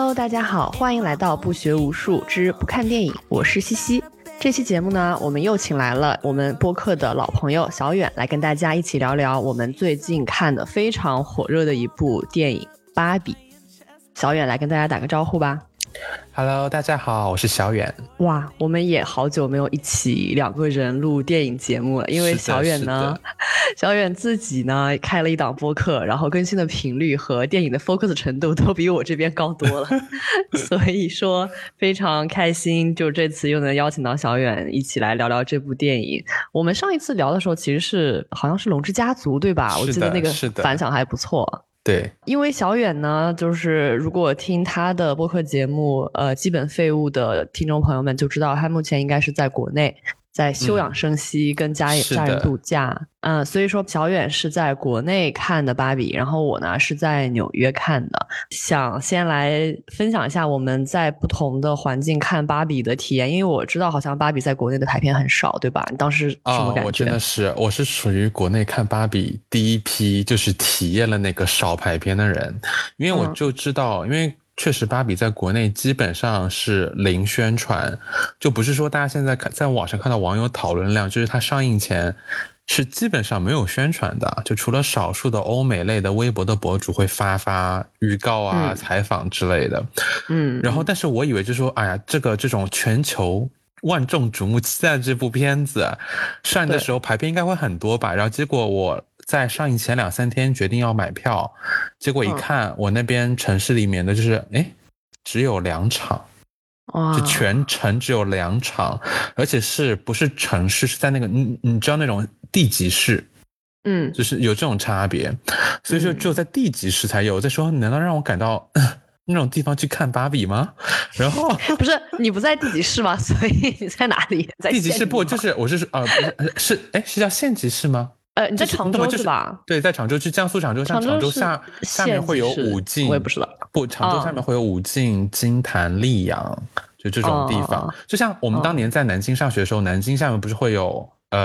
Hello， 大家好，欢迎来到不学无术之不看电影，我是西西。这期节目呢，我们又请来了我们播客的老朋友小远，来跟大家一起聊聊我们最近看的非常火热的一部电影《芭比》。小远来跟大家打个招呼吧。 Hello， 大家好，我是小远。 哇，我们也好久没有一起两个人录电影节目了，因为小远呢，小远自己呢开了一档播客，然后更新的频率和电影的 focus 程度都比我这边高多了，所以说非常开心，就这次又能邀请到小远一起来聊聊这部电影。我们上一次聊的时候其实好像是《龙之家族》对吧？我记得那个反响还不错。 对， 因为小远呢，就是如果听他的播客节目基本废物的听众朋友们就知道，他目前应该是在国内在休养生息，跟家人度假。所以说小远是在国内看的芭比，然后我呢是在纽约看的。想先来分享一下我们在不同的环境看芭比的体验，因为我知道好像芭比在国内的排片很少，对吧？你当时什么感觉？ 我真的是，我是属于国内看芭比第一批就是体验了那个少排片的人，因为我就知道，因为确实芭比在国内基本上是零宣传，就不是说大家现在在网上看到网友讨论量，就是它上映前是基本上没有宣传的，就除了少数的欧美类的微博的博主会发预告啊、采访之类的。然后但是我以为就说哎呀，这种全球万众瞩目期待的这部片子上映的时候排片应该会很多吧，然后结果我在上映前2-3天决定要买票，结果一看我那边城市里面的就是只有2场，就全城只有2场，而且是不是城市是在那个你知道那种地级市，就是有这种差别，所以说只有在地级市才有。再说难道让我赶到那种地方去看芭比吗？然后不是你不在地级市吗？所以你在哪里？在地级市不就是我是是叫县级市吗？ 你在常州是吧？ 对，在常州，去江苏常州，像常州下面会有武进， 我也不知道。 不，常州下面会有武进、金坛、溧阳，就这种地方。就像我们当年在南京上学的时候，南京下面不是会有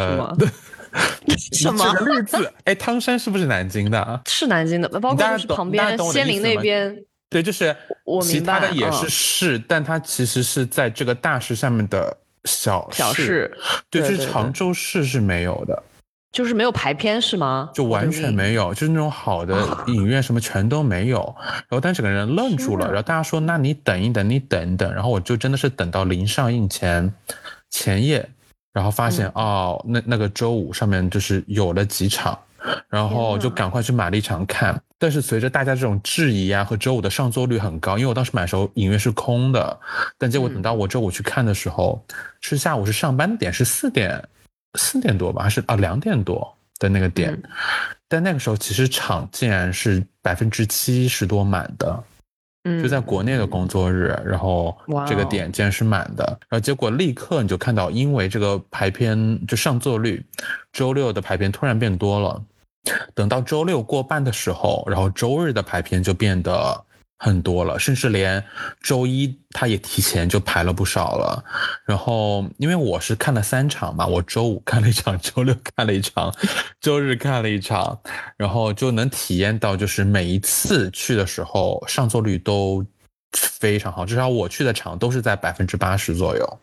什么例子？汤山是不是南京的？ 是南京的，包括就是旁边仙林那边。 对，就是其他的也是市，但它其实是在这个大市上面的小市。对，就是常州市是没有的。 就是没有排片是吗？ 就完全没有，就是那种好的影院什么全都没有。然后但整个人愣住了，然后大家说那你等一等，你等一等。然后我就真的是等到临上映前夜，然后发现那个周五上面就是有了几场，然后就赶快去买了一场看。但是随着大家这种质疑啊和周五的上座率很高，因为我当时买的时候影院是空的，但结果等到我周五去看的时候，是下午是上班点，是4点多吧，还是2点多的那个点，但那个时候其实场竟然是70%多满的，就在国内的工作日，然后这个点竟然是满的，然后结果立刻你就看到，因为这个排片就上座率，周六的排片突然变多了，等到周六过半的时候，然后周日的排片就变得很多了，甚至连周一他也提前就排了不少了。然后因为我是看了3场嘛，我周五看了一场，周六看了一场，周日看了一场，然后就能体验到就是每一次去的时候上座率都非常好，至少我去的场都是在80%左右。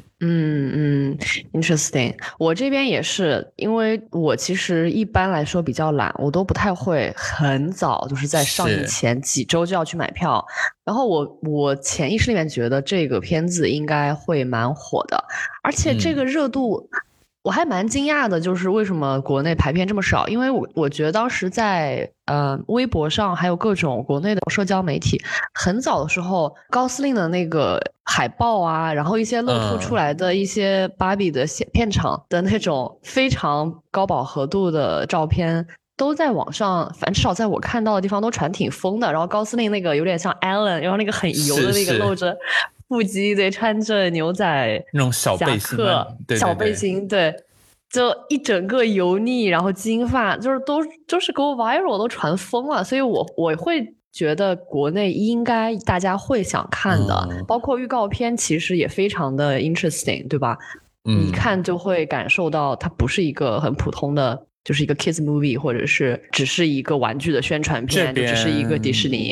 interesting。我这边也是，因为我其实一般来说比较懒，我都不太会很早就是在上映前几周就要去买票。然后我潜意识里面觉得这个片子应该会蛮火的，而且这个热度我还蛮惊讶的，就是为什么国内排片这么少？因为我觉得当时在微博上还有各种国内的社交媒体，很早的时候高司令的那个海报啊，然后一些露出出来的一些芭比的片场的那种非常高饱和度的照片，都在网上，反正至少在我看到的地方都传挺疯的。然后高司令那个有点像 Ellen， 然后那个很油的那个露着腹肌，对，穿着牛仔那种小背心，对， 小背心，对，就一整个油腻，然后金发，就是给我 viral 都传疯了，所以我会觉得国内应该大家会想看的，包括预告片其实也非常的 interesting， 对吧？一看就会感受到它不是一个很普通的，就是一个 kids movie， 或者是只是一个玩具的宣传片，就只是一个迪士尼。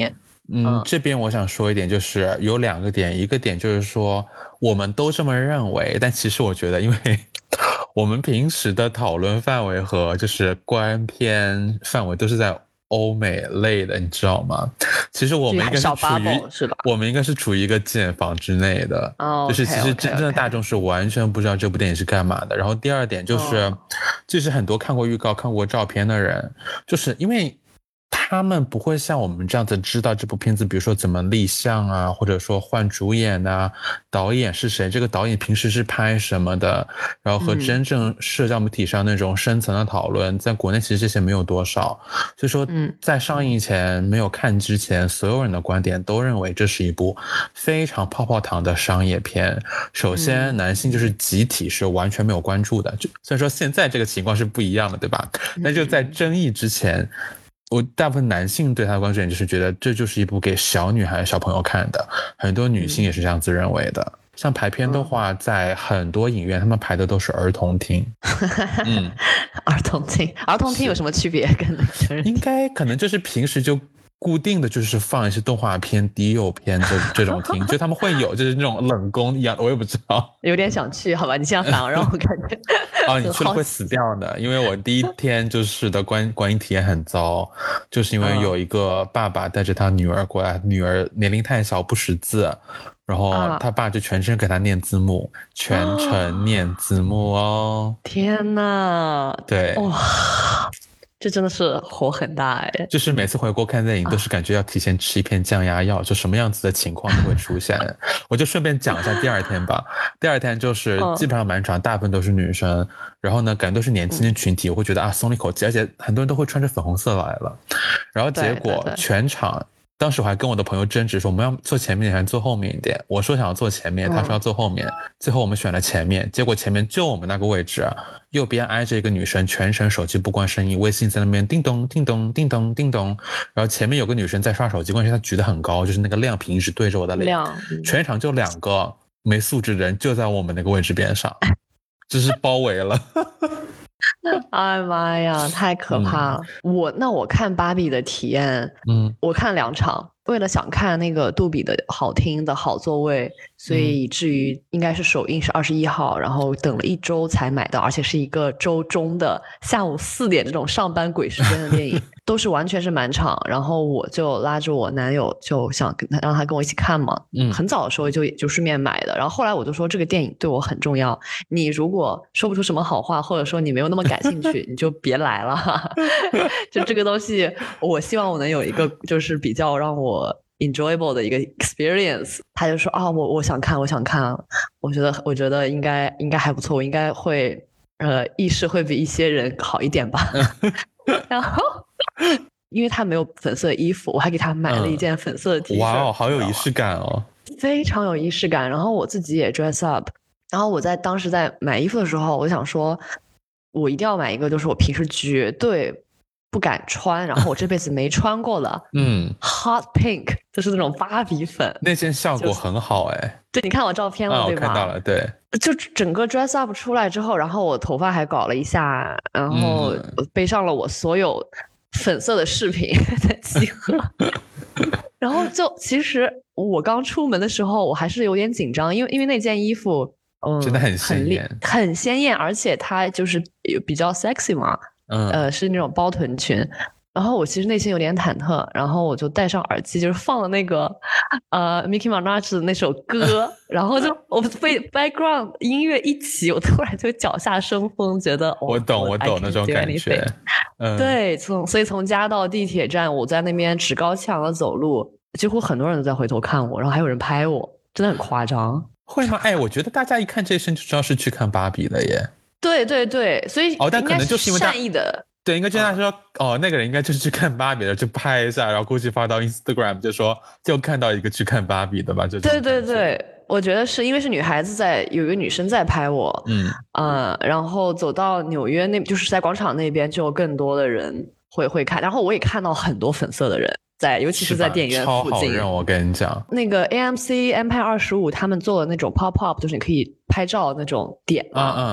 这边我想说一点，就是有2个点，一个点就是说我们都这么认为，但其实我觉得，因为我们平时的讨论范围和就是观片范围都是在欧美类的，你知道吗？其实我们应该是处于一个茧房之内的，就是其实真正的大众是完全不知道这部电影是干嘛的。然后第二点就是，就是很多看过预告、看过照片的人，就是因为他们不会像我们这样子知道这部片子，比如说怎么立项啊，或者说换主演啊，导演是谁，这个导演平时是拍什么的，然后和真正社交媒体上那种深层的讨论，在国内其实这些没有多少。所以说在上映前没有看之前，所有人的观点都认为这是一部非常泡泡糖的商业片。首先男性就是集体是完全没有关注的，虽然说现在这个情况是不一样的，对吧？但就在争议之前，我大部分男性对他的关注点就是觉得这就是一部给小女孩小朋友看的，很多女性也是这样子认为的。像排片的话，在很多影院他们排的都是儿童厅。 儿童厅有什么区别跟成人？ 应该可能就是平时就固定的就是放一些动画片、低幼片这种厅，就他们会有就是那种冷宫一样，我也不知道。 有点想去，好吧？你这样反而让我感觉你去了会死掉的，因为我第一天就是的观影体验很糟，就是因为有一个爸爸带着他女儿过来，女儿年龄太小不识字，然后他爸就全程给他念字幕，全程念字幕哦。 天哪！ 对， 哇，这真的是火很大哎！ 就是每次回国看电影都是感觉要提前吃一片降压药，就什么样子的情况都会出现。我就顺便讲一下第二天吧。第二天就是基本上满场大部分都是女生，然后呢感觉都是年轻的群体，我会觉得松了一口气，而且很多人都会穿着粉红色来了。然后结果全场，当时我还跟我的朋友争执说我们要坐前面还是坐后面一点，我说想要坐前面，他说要坐后面，最后我们选了前面，结果前面就我们那个位置，右边挨着一个女生，全程手机不关声音，微信在那边叮咚叮咚叮咚叮咚，然后前面有个女生在刷手机，关键她举得很高，就是那个亮屏一直对着我的脸，全场就2个没素质的人就在我们那个位置边上，就是包围了。 哎妈呀，太可怕了！我看芭比的体验，我看2场，为了想看那个杜比的好听的好座位，所以以至于应该是首映是21号，然后等了1周才买到，而且是一个周中的下午4点这种上班鬼时间的电影，都是完全是满场。然后我就拉着我男友，就想让他跟我一起看嘛。很早的时候就顺便买的。然后后来我就说这个电影对我很重要，你如果说不出什么好话，或者说你没有那么感兴趣，你就别来了。就这个东西，我希望我能有一个就是比较让我enjoyable 的一个 experience。他就说我想看，我觉得应该还不错，我应该会意识会比一些人好一点吧。然后因为他没有粉色的衣服，我还给他买了一件粉色的 T 恤。 哇哦，好有仪式感哦， 非常有仪式感。然后我自己也 dress up， 然后我当时在买衣服的时候，我想说我一定要买一个就是我平时绝对不敢穿，然后我这辈子没穿过的hot pink， 就是那种芭比粉。 那件效果很好哎。 对，你看我照片了对吧？ 我看到了，对。 就整个 dress up 出来之后，然后我头发还搞了一下，然后背上了我所有粉色的饰品的集合。然后就其实我刚出门的时候我还是有点紧张，因为那件衣服真的很鲜艳， 很鲜艳，而且它就是比较 sexy 嘛，是那种包臀裙。然后我其实内心有点忐忑，然后我就戴上耳机，就是放了那个Nicki Minaj 的那首歌，然后就我被 background 音乐一起，我突然就脚下生风，觉得我懂那种感觉。 对，所以从家到地铁站，我在那边趾高气扬的走路，几乎很多人都在回头看我，然后还有人拍我，真的很夸张。 会吗？我觉得大家一看这一身就知道是去看芭比了耶。 对对对，所以但可能就是因为善意的。 对，应该就他说那个人应该就是去看芭比的，就拍一下，然后估计发到 Instagram， 就说就看到一个去看芭比的吧，就对对对，我觉得是因为是女孩子有一个女生在拍我，然后走到纽约就是在广场那边就有更多的人会看，然后我也看到很多粉色的人尤其是在电影院附近。 超好认，我跟你讲， 那个 AMC Empire 25他们做的那种 pop up， 就是你可以拍照那种点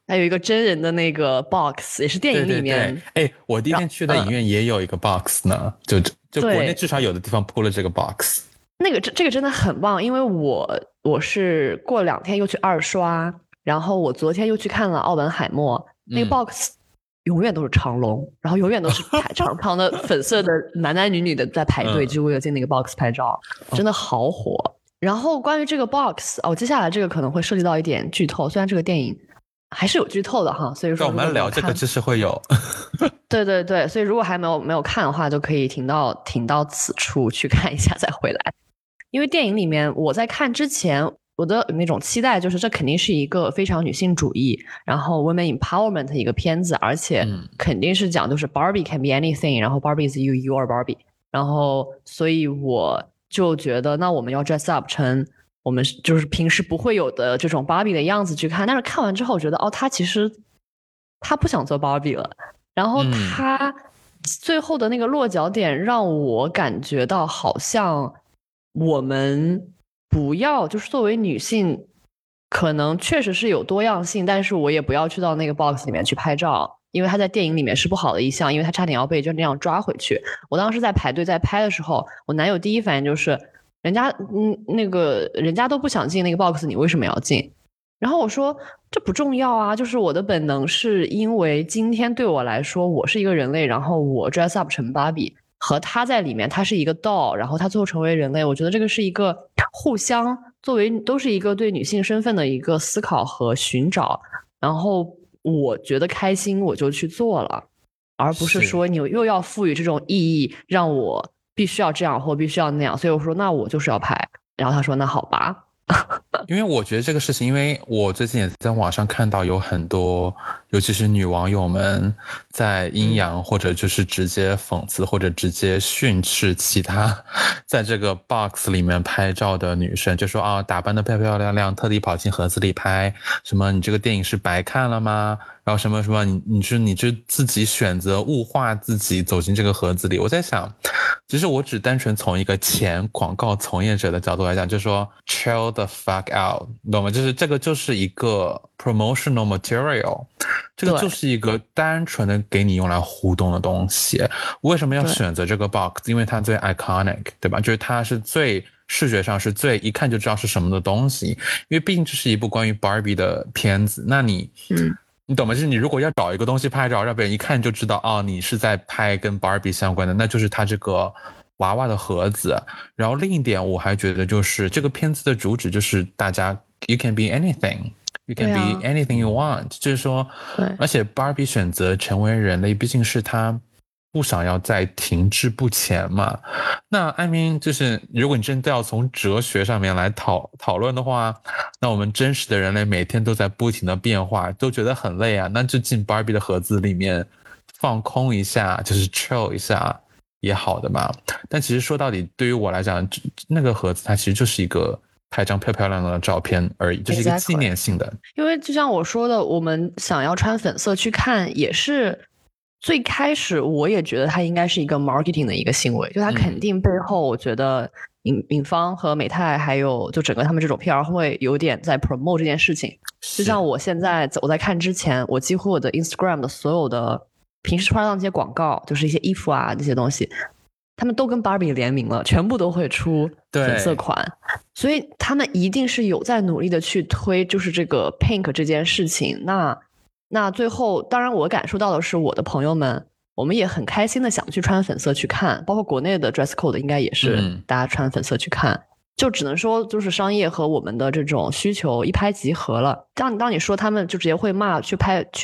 还有一个真人的那个 box， 也是电影里面。 对对对，我第一天去的影院也有一个 box 呢，就国内至少有的地方铺了这个 box。 这个真的很棒，因为我是过2天又去2刷，然后我昨天又去看了奥本海默，那个 box 永远都是长龙，然后永远都是长长的粉色的男男女女的在排队，就为了进那个 box 拍照，真的好火。然后关于这个 box，接下来这个可能会涉及到一点剧透，虽然这个电影还是有剧透的哈，所以说我们聊这个知识会有。 对对对，所以如果还没有看的话，就可以停到此处去看一下再回来。因为电影里面我在看之前，我的那种期待就是这肯定是一个非常女性主义，然后 women empowerment 的一个片子，而且肯定是讲就是 Barbie can be anything， 然后 Barbie is you are Barbie， 然后所以我就觉得那我们要 dress up 成我们就是平时不会有的这种 Barbie 的样子去看，但是看完之后觉得他其实他不想做 Barbie 了，然后他最后的那个落脚点让我感觉到好像我们不要就是作为女性可能确实是有多样性，但是我也不要去到那个 box 里面去拍照，因为他在电影里面是不好的一项，因为他差点要被就那样抓回去。我当时在排队在拍的时候，我男友第一反应就是人家人家都不想进那个 box， 你为什么要进？然后我说这不重要啊，就是我的本能是因为今天对我来说我是一个人类，然后我 dress up 成芭比，和他在里面他是一个 doll， 然后他最后成为人类，我觉得这个是一个互相作为都是一个对女性身份的一个思考和寻找，然后我觉得开心我就去做了，而不是说你又要赋予这种意义让我必须要这样或必须要那样，所以我说那我就是要拍，然后他说那好吧。 因为我觉得这个事情，因为我最近也在网上看到有很多，尤其是女网友们在阴阳或者就是直接讽刺或者直接训斥其他在这个 box 里面拍照的女生，就说打扮得漂漂亮亮，特地跑进盒子里拍，什么你这个电影是白看了吗？然后什么什么你是自己选择物化自己走进这个盒子里。我在想，其实我只单纯从一个前广告从业者的角度来讲，就是说 chill the fuck out， 你懂吗？就是这个就是一个 promotional material， 这个就是一个单纯的给你用来互动的东西。为什么要选择这个 box？ 因为它最 iconic， 对吧？就是它是最视觉上是最一看就知道是什么的东西。因为毕竟这是一部关于 Barbie 的片子，那你懂吗？就是你如果要找一个东西拍照，让别人一看就知道你是在拍跟 Barbie 相关的，那就是它这个娃娃的盒子。然后另一点我还觉得就是这个片子的主旨就是大家 you can be anything， you can be anything you want， 就是说而且 Barbie 选择成为人类毕竟是他不想要再停滞不前嘛。那I mean就是如果你真的要从哲学上面来讨论的话，那我们真实的人类每天都在不停的变化，都觉得很累啊，那就进 Barbie 的盒子里面放空一下，就是 chill 一下也好的嘛。但其实说到底对于我来讲，那个盒子它其实就是一个拍张漂漂亮亮的照片而已，就是一个纪念性的。 因为就像我说的，我们想要穿粉色去看也是最开始我也觉得它应该是一个 marketing 的一个行为，就它肯定背后我觉得影方和美泰还有就整个他们这种 PR 会有点在 promote 这件事情。就像我现在我在看之前，我几乎我的 Instagram 的所有的平时刷到那些广告，就是一些衣服啊这些东西，他们都跟 Barbie 联名了，全部都会出粉色款，所以他们一定是有在努力的去推就是这个 pink 这件事情。那最后当然我感受到的是我的朋友们我们也很开心的想去穿粉色去看，包括国内的 dress code 应该也是大家穿粉色去看，就只能说就是商业和我们的这种需求一拍即合了。当你说他们就直接会骂去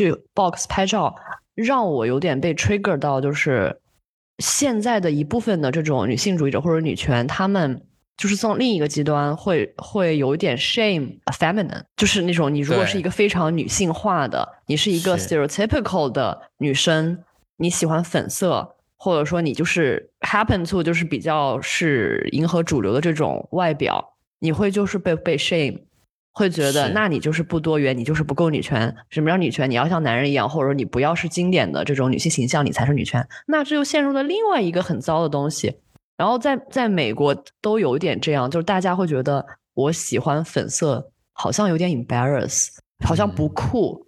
box 拍照，让我有点被 trigger 到，就是现在的一部分的这种女性主义者或者女权，他们就是从另一个极端会有一点 shame feminine， 就是那种你如果是一个非常女性化的，你是一个 stereotypical 的女生，你喜欢粉色，或者说你就是 happen to 就是比较是迎合主流的这种外表，你会就是被 shame， 会觉得那你就是不多元，你就是不够女权。什么叫女权？你要像男人一样，或者你不要是经典的这种女性形象，你才是女权。那这又陷入了另外一个很糟的东西。然后在美国都有一点这样，就是大家会觉得我喜欢粉色好像有点 embarrass， 好像不酷，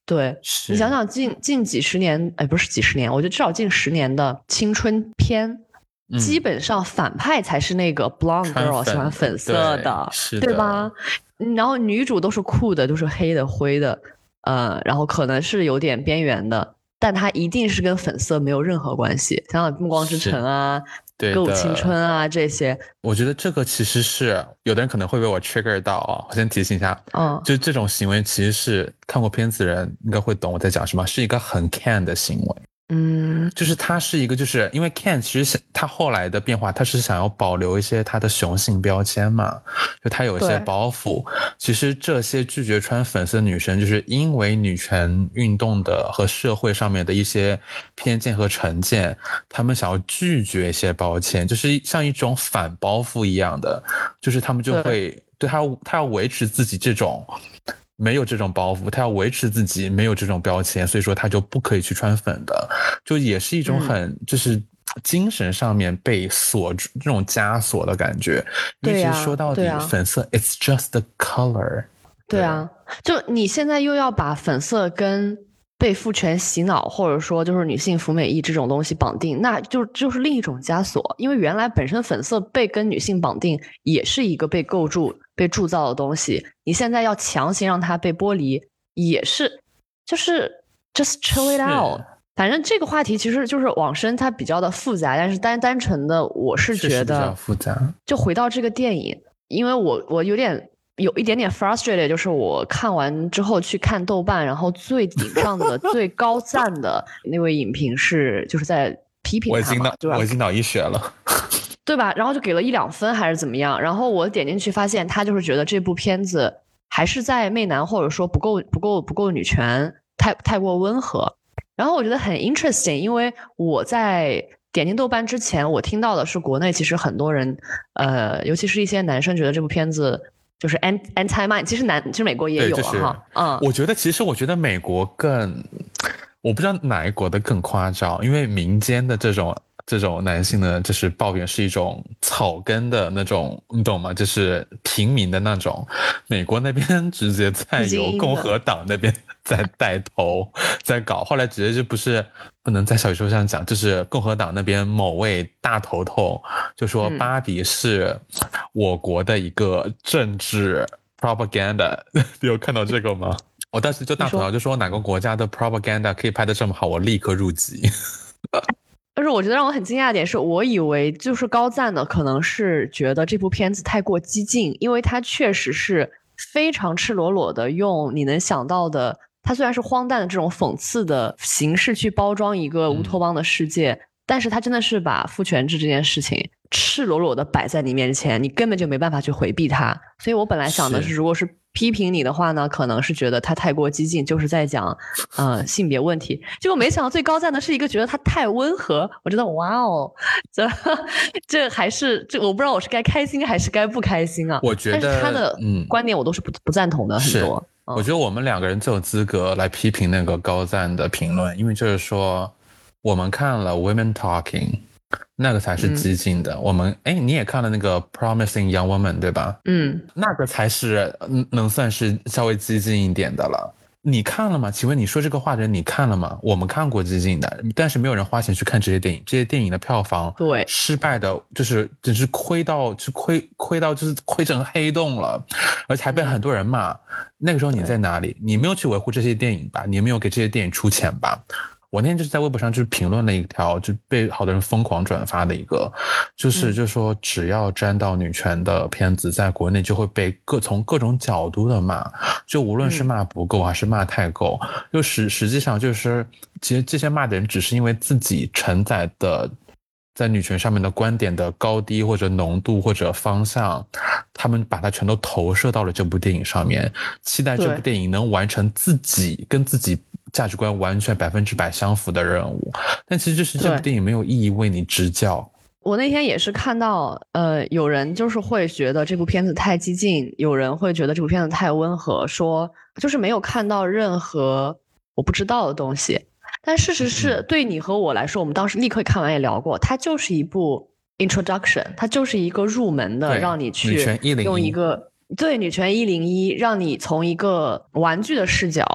对，你想想近几十年，不是几十年，我觉得至少近10年的青春片，基本上反派才是那个 blonde girl 喜欢粉色的，对吧？然后女主都是酷的，都是黑的灰的，然后可能是有点边缘的，但它一定是跟粉色没有任何关系。想想《暮光之城》啊，歌舞青春啊这些， 我觉得这个其实是有的人可能会被我 trigger 到啊。我先提醒一下，就这种行为其实是看过片子的人应该会懂我在讲什么，是一个很 can 的行为。就是他是一个，就是因为 Ken 其实他后来的变化，他是想要保留一些他的雄性标签嘛，就他有一些包袱。其实这些拒绝穿粉色的女生，就是因为女权运动的和社会上面的一些偏见和成见，他们想要拒绝一些标签，就是像一种反包袱一样的，就是他们就会对他要维持自己这种。没有这种包袱，他要维持自己没有这种标签，所以说他就不可以去穿粉的，就也是一种很就是精神上面被锁住这种枷锁的感觉。因为其实说到底，粉色 it's just the color。 对啊，就你现在又要把粉色跟被父权洗脑，或者说就是女性服美役这种东西绑定，那就是另一种枷锁。因为原来本身粉色被跟女性绑定，也是一个被构筑、被铸造的东西。你现在要强行让它被剥离，也是就是 just chill it out。反正这个话题其实就是往深，它比较的复杂，但是单纯的我是觉得比较复杂。 就回到这个电影，因为我有一点点 frustrated， 就是我看完之后去看豆瓣，然后最顶上的最高赞的那位影评就是在批评他嘛， 我已经脑溢血了， 对吧？然后就给了1-2分还是怎么样？然后我点进去发现，他就是觉得这部片子还是在媚男或者说不够女权，太过温和。然后我觉得很 interesting， 因为我在点进豆瓣之前，我听到的是国内其实很多人，尤其是一些男生觉得这部片子就是 anti-man， 其实美国也有了哈， 我觉得美国更，我不知道哪一国的更夸张，因为民间的这种男性呢，就是抱怨是一种草根的那种，你懂吗？就是平民的那种。美国那边直接在由共和党那边在带头在搞，后来直接就不能在小宇宙上讲，就是共和党那边某位大头头就说芭比是我国的一个政治 propaganda， 你有看到这个吗？我当时就大头头就说哪个国家的 propaganda 可以拍得这么好，我立刻入籍。 但是我觉得让我很惊讶的点是，我以为就是高赞的可能是觉得这部片子太过激进，因为它确实是非常赤裸裸的用你能想到的，它虽然是荒诞的这种讽刺的形式去包装一个乌托邦的世界，但是它真的是把父权制这件事情赤裸裸的摆在你面前，你根本就没办法去回避它。所以我本来想的是，如果是批评你的话呢，可能是觉得他太过激进，就是在讲性别问题。结果没想到最高赞的是一个觉得他太温和。我觉得哇哦，这还是我不知道我是该开心还是该不开心啊。 我觉得， 但是他的观点我都是不赞同的很多。 我觉得我们2个人最有资格来批评那个高赞的评论，因为就是说我们看了 Women Talking。那个才是激进的。我们你也看了那个 Promising Young Woman 对吧？那个才是能算是稍微激进一点的了。你看了吗？请问你说这个话的人你看了吗？我们看过激进的，但是没有人花钱去看这些电影。这些电影的票房失败的，就是只是亏到就是亏成黑洞了，而且还被很多人骂。那个时候你在哪里？你没有去维护这些电影吧？你没有给这些电影出钱吧？我那天就是在微博上就是评论了一条就被好多人疯狂转发的一个，就是说只要沾到女权的片子在国内就会被从各种角度的骂，就无论是骂不够还是骂太够，就实际上就是其实这些骂的人只是因为自己承载的在女权上面的观点的高低或者浓度或者方向，他们把它全都投射到了这部电影上面，期待这部电影能完成自己跟自己价值观完全100%相符的任务，但其实就是这部电影没有意义为你支教。 我那天也是看到有人就是会觉得这部片子太激进，有人会觉得这部片子太温和，说就是没有看到任何我不知道的东西。但事实是对你和我来说，我们当时立刻看完也聊过，它就是一部 introduction， 它就是一个入门的，让你去用一个对女权101，让你从一个玩具的视角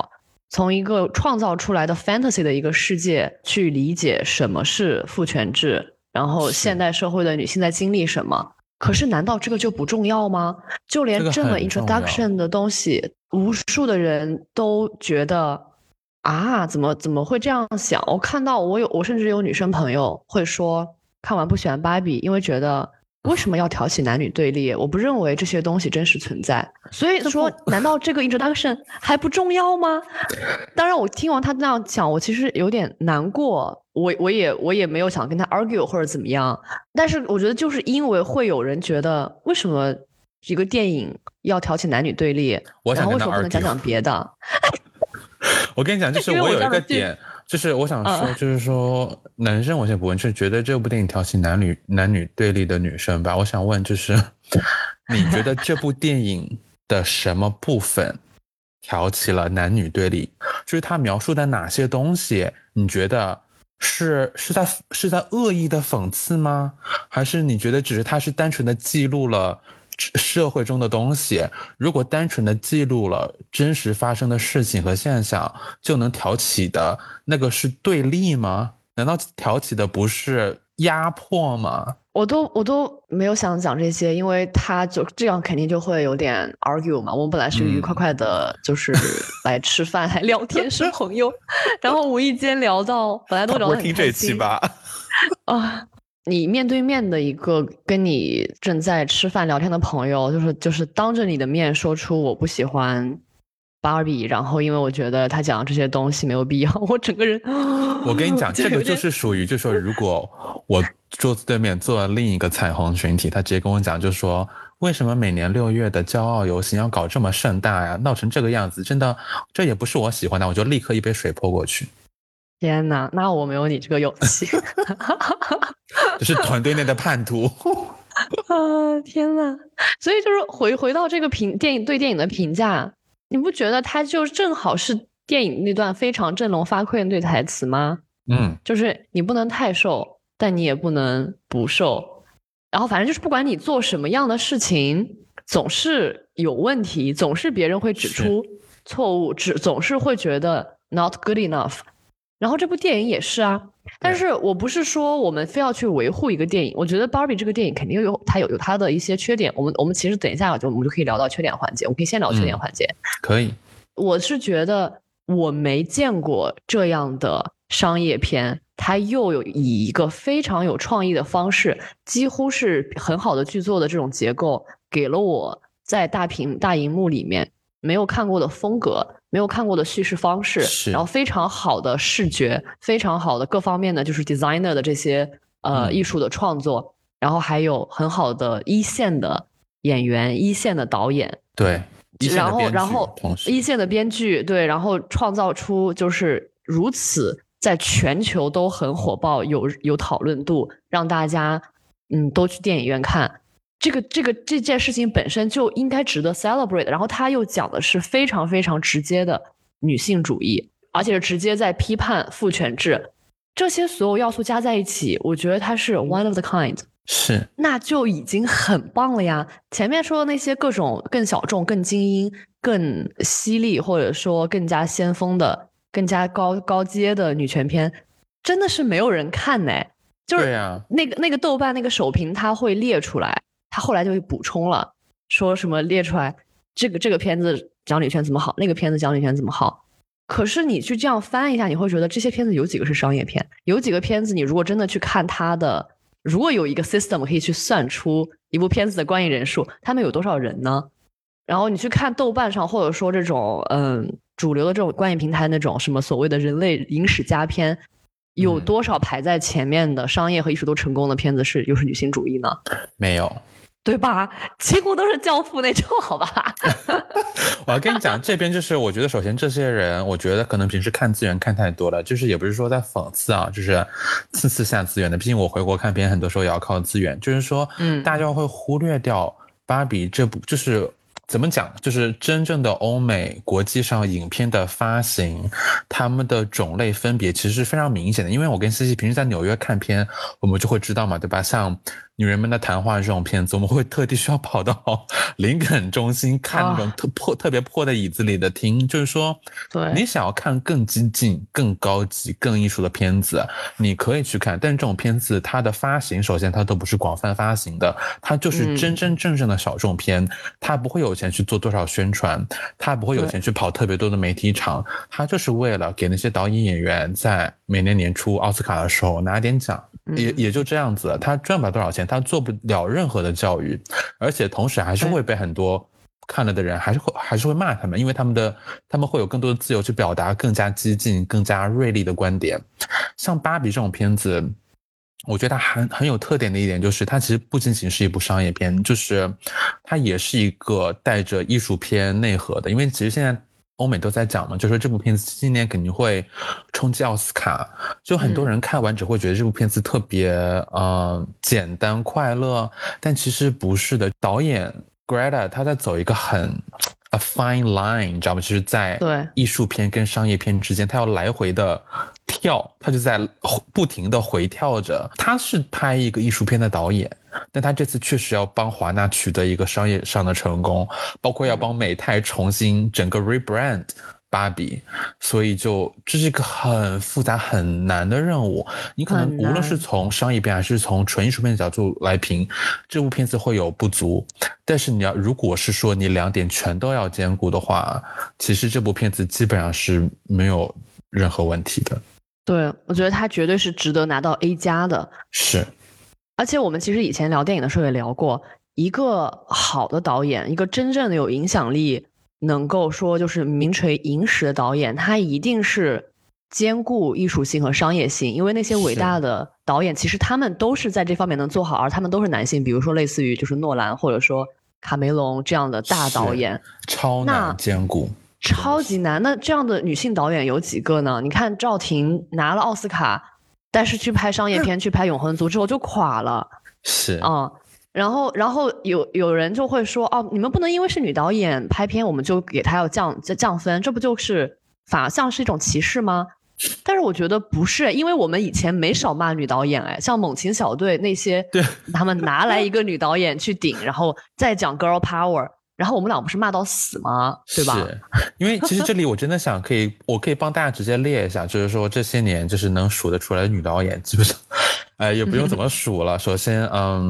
从一个创造出来的 fantasy 的一个世界去理解什么是父权制，然后现代社会的女性在经历什么。可是难道这个就不重要吗？就连这么 introduction 的东西，无数的人都觉得啊，怎么会这样想？我看到我甚至有女生朋友会说，看完不喜欢芭比，因为觉得为什么要挑起男女对立？我不认为这些东西真实存在。所以说，难道这个 introduction 还不重要吗？当然，我听完他那样讲，我其实有点难过。我也没有想跟他 argue 或者怎么样。但是我觉得，就是因为会有人觉得，为什么一个电影要挑起男女对立？然后为什么不能讲别的？ 我跟你讲，就是我有一个点。就是我想说，就是说，男生我先不问，是觉得这部电影挑起男女对立的女生吧？我想问，就是你觉得这部电影的什么部分挑起了男女对立？就是他描述的哪些东西，你觉得是在恶意的讽刺吗？还是你觉得只是他是单纯的记录了社会中的东西？如果单纯的记录了真实发生的事情和现象，就能挑起的那个是对立吗？难道挑起的不是压迫吗？ 我都没有想讲这些，因为他就这样肯定就会有点 argue 嘛。我们本来是愉愉快快的，就是来吃饭来聊天是朋友，然后无意间聊到本来都聊得很开心。 我听这期吧。 你面对面的一个跟你正在吃饭聊天的朋友，就是当着你的面说出我不喜欢芭比，然后因为我觉得他讲这些东西没有必要，我整个人， 我跟你讲，这个就是属于，就是说，如果我桌子对面坐了另一个彩虹群体，他直接跟我讲，就说为什么每年6月的骄傲游行要搞这么盛大呀，闹成这个样子，真的，这也不是我喜欢的，我就立刻一杯水泼过去。 天哪，那我没有你这个勇气。 这是团队内的叛徒。 天哪！所以就是回到这个电影的评价，你不觉得它就正好是电影那段非常振聋发聩的对台词吗？就是你不能太瘦，但你也不能不瘦，然后反正就是不管你做什么样的事情，总是有问题，总是别人会指出错误，总是会觉得 not good enough。然后这部电影也是啊，但是我不是说我们非要去维护一个电影，我觉得 Barbie 这个电影肯定有它的一些缺点，我们其实等一下我们就可以聊到缺点环节，我们可以先聊缺点环节。 可以。 我是觉得我没见过这样的商业片，它又有以一个非常有创意的方式，几乎是很好的剧作的这种结构，给了我在大荧幕里面没有看过的风格，没有看过的叙事方式，然后非常好的视觉，非常好的各方面的就是 designer 的这些艺术的创作，然后还有很好的一线的演员、一线的导演， 对， 然后一线的编剧，对，然后创造出就是如此在全球都很火爆、有讨论度，让大家都去电影院看。这件事情本身就应该值得 celebrate， 然后他又讲的是非常非常直接的女性主义，而且是直接在批判父权制，这些所有要素加在一起，我觉得它是 one of the kind， 是， 那就已经很棒了呀。前面说的那些各种更小众、更精英、更犀利，或者说更加先锋的、更加高阶的女权片，真的是没有人看呢。就是那个豆瓣那个首评，它会列出来。他后来就补充了，说什么列出来这个片子讲女权怎么好，那个片子讲女权怎么好。可是你去这样翻一下，你会觉得这些片子有几个是商业片？有几个片子你如果真的去看它的，如果有一个 system 可以去算出一部片子的观影人数，他们有多少人呢？然后你去看豆瓣上，或者说这种主流的这种观影平台那种什么所谓的人类影史佳片，有多少排在前面的商业和艺术都成功的片子又是女性主义呢？ 没有。 对吧？几乎都是教父那种，好吧？ 我要跟你讲，这边就是我觉得，首先这些人，我觉得可能平时看资源看太多了，就是也不是说在讽刺啊，就是次下资源的。毕竟我回国看片，很多时候也要靠资源，就是说，大家会忽略掉芭比这部，就是怎么讲？就是真正的欧美国际上影片的发行，他们的种类分别其实是非常明显的。因为我跟西西平时在纽约看片，我们就会知道嘛，对吧？像女人们的谈话这种片子，我们会特地需要跑到林肯中心看那种特别破的椅子里的厅，就是说， 对， 你想要看更激进、更高级、更艺术的片子，你可以去看。但是这种片子它的发行，首先它都不是广泛发行的，它就是真真正正的小众片，它不会有钱去做多少宣传，它不会有钱去跑特别多的媒体场，它就是为了给那些导演演员在每年年初奥斯卡的时候拿点奖。也就这样子，他赚不了多少钱，他做不了任何的教育，而且同时还是会被很多看了的人还是会骂他们，因为他们会有更多的自由去表达更加激进、更加锐利的观点。像芭比这种片子，我觉得它很有特点的一点就是，它其实不仅仅是一部商业片，就是它也是一个带着艺术片内核的，因为其实现在欧美都在讲嘛，就说这部片子今年肯定会冲击奥斯卡，就很多人看完只会觉得这部片子特别简单快乐，但其实不是的。导演 Greta 他在走一个很a fine line， 你知道吗？就是在艺术片跟商业片之间，他要来回的跳，他就在不停的回跳着。他是拍一个艺术片的导演，但他这次确实要帮华纳取得一个商业上的成功，包括要帮美泰重新整个 rebrand 芭比，所以这是一个很复杂很难的任务。你可能无论是从商业片还是从纯艺术片的角度来评，这部片子会有不足，但是如果是说你两点全都要兼顾的话，其实这部片子基本上是没有任何问题的。 对，我觉得它绝对是值得拿到 A+ 的。 是， 而且我们其实以前聊电影的时候也聊过，一个好的导演，一个真正的有影响力，能够说就是名垂影史的导演，他一定是兼顾艺术性和商业性，因为那些伟大的导演其实他们都是在这方面能做好，而他们都是男性，比如说类似于就是诺兰或者说卡梅隆这样的大导演， 超难兼顾， 超级难。那这样的女性导演有几个呢？你看赵婷拿了奥斯卡，但是去拍商业片，去拍《永恒族》之后就垮了。 是， 然后有人就会说，哦，你们不能因为是女导演拍片，我们就给她要降分，这不就是反而像是一种歧视吗？但是我觉得不是，因为我们以前没少骂女导演，像猛禽小队那些，他们拿来一个女导演去顶，然后再讲 girl power。然后我们俩不是骂到死吗？对吧？ 是，因为其实这里我真的想我可以帮大家直接列一下，就是说这些年就是能数得出来的女导演，基本上，也不用怎么数了。首先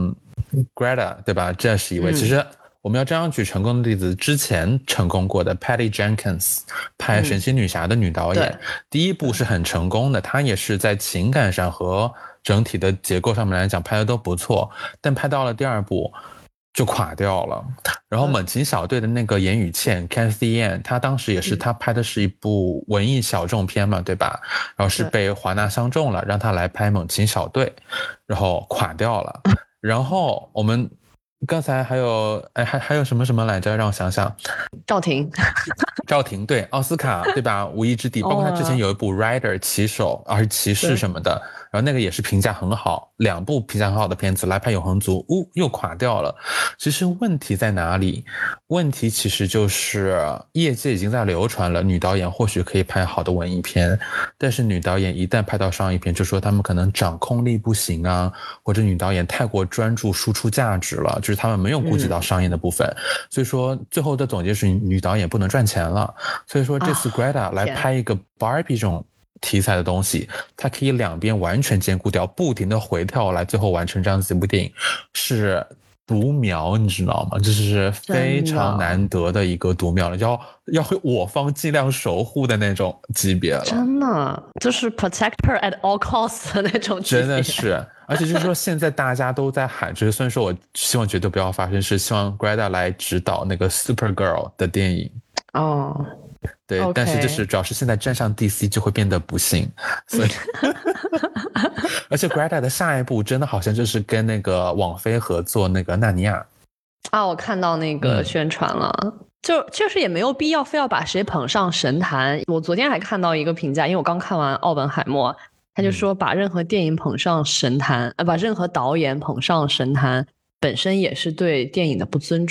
，Greta 对吧？这是一位。其实我们要这样举成功的例子，之前成功过的 Patty Jenkins 拍《神奇女侠》的女导演，第一部是很成功的，她也是在情感上和整体的结构上面来讲拍的都不错，但拍到了第二部就垮掉了。然后猛禽小队的那个严雨倩 Cathy Yan， 她当时也是她拍的是一部文艺小众片嘛，对吧？然后是被华纳相中了，让她来拍猛禽小队，然后垮掉了。然后我们刚才还有什么来着？让我想想。 赵婷对，奥斯卡对吧？无意之地，包括他之前有一部 Rider 骑手还是骑士什么的，然后那个也是评价很好，两部评价很好的片子来拍永恒族，又垮掉了。其实问题在哪里？问题其实就是业界已经在流传了，女导演或许可以拍好的文艺片，但是女导演一旦拍到商业片，就说他们可能掌控力不行啊，或者女导演太过专注输出价值了，就是他们没有顾及到商业的部分，所以说最后的总结是女导演不能赚钱了。所以说这次 Greta 来拍一个 Barbie 这种题材的东西，它可以两边完全兼顾掉，不停的回跳来最后完成这样子一部电影，是独苗，你知道吗？这是非常难得的一个独苗了，要我方尽量守护的那种级别了， 真的就是 protect her at all costs 的那种级别， 真的是。而且就是说现在大家都在喊，就是虽然说我希望绝对不要发生，是希望 Greta 来指导那个 Supergirl 的电影对，但是就是主要是现在站上 DC 就会变得不幸，所以而且 Greta 的下一部真的好像就是跟那个网飞合作那个纳尼亚我看到那个宣传了，就是也没有必要非要把谁捧上神坛。我昨天还看到一个评价，因为我刚看完奥本海默，他就说把任何电影捧上神坛，把任何导演捧上神坛本身也是对电影的不尊重。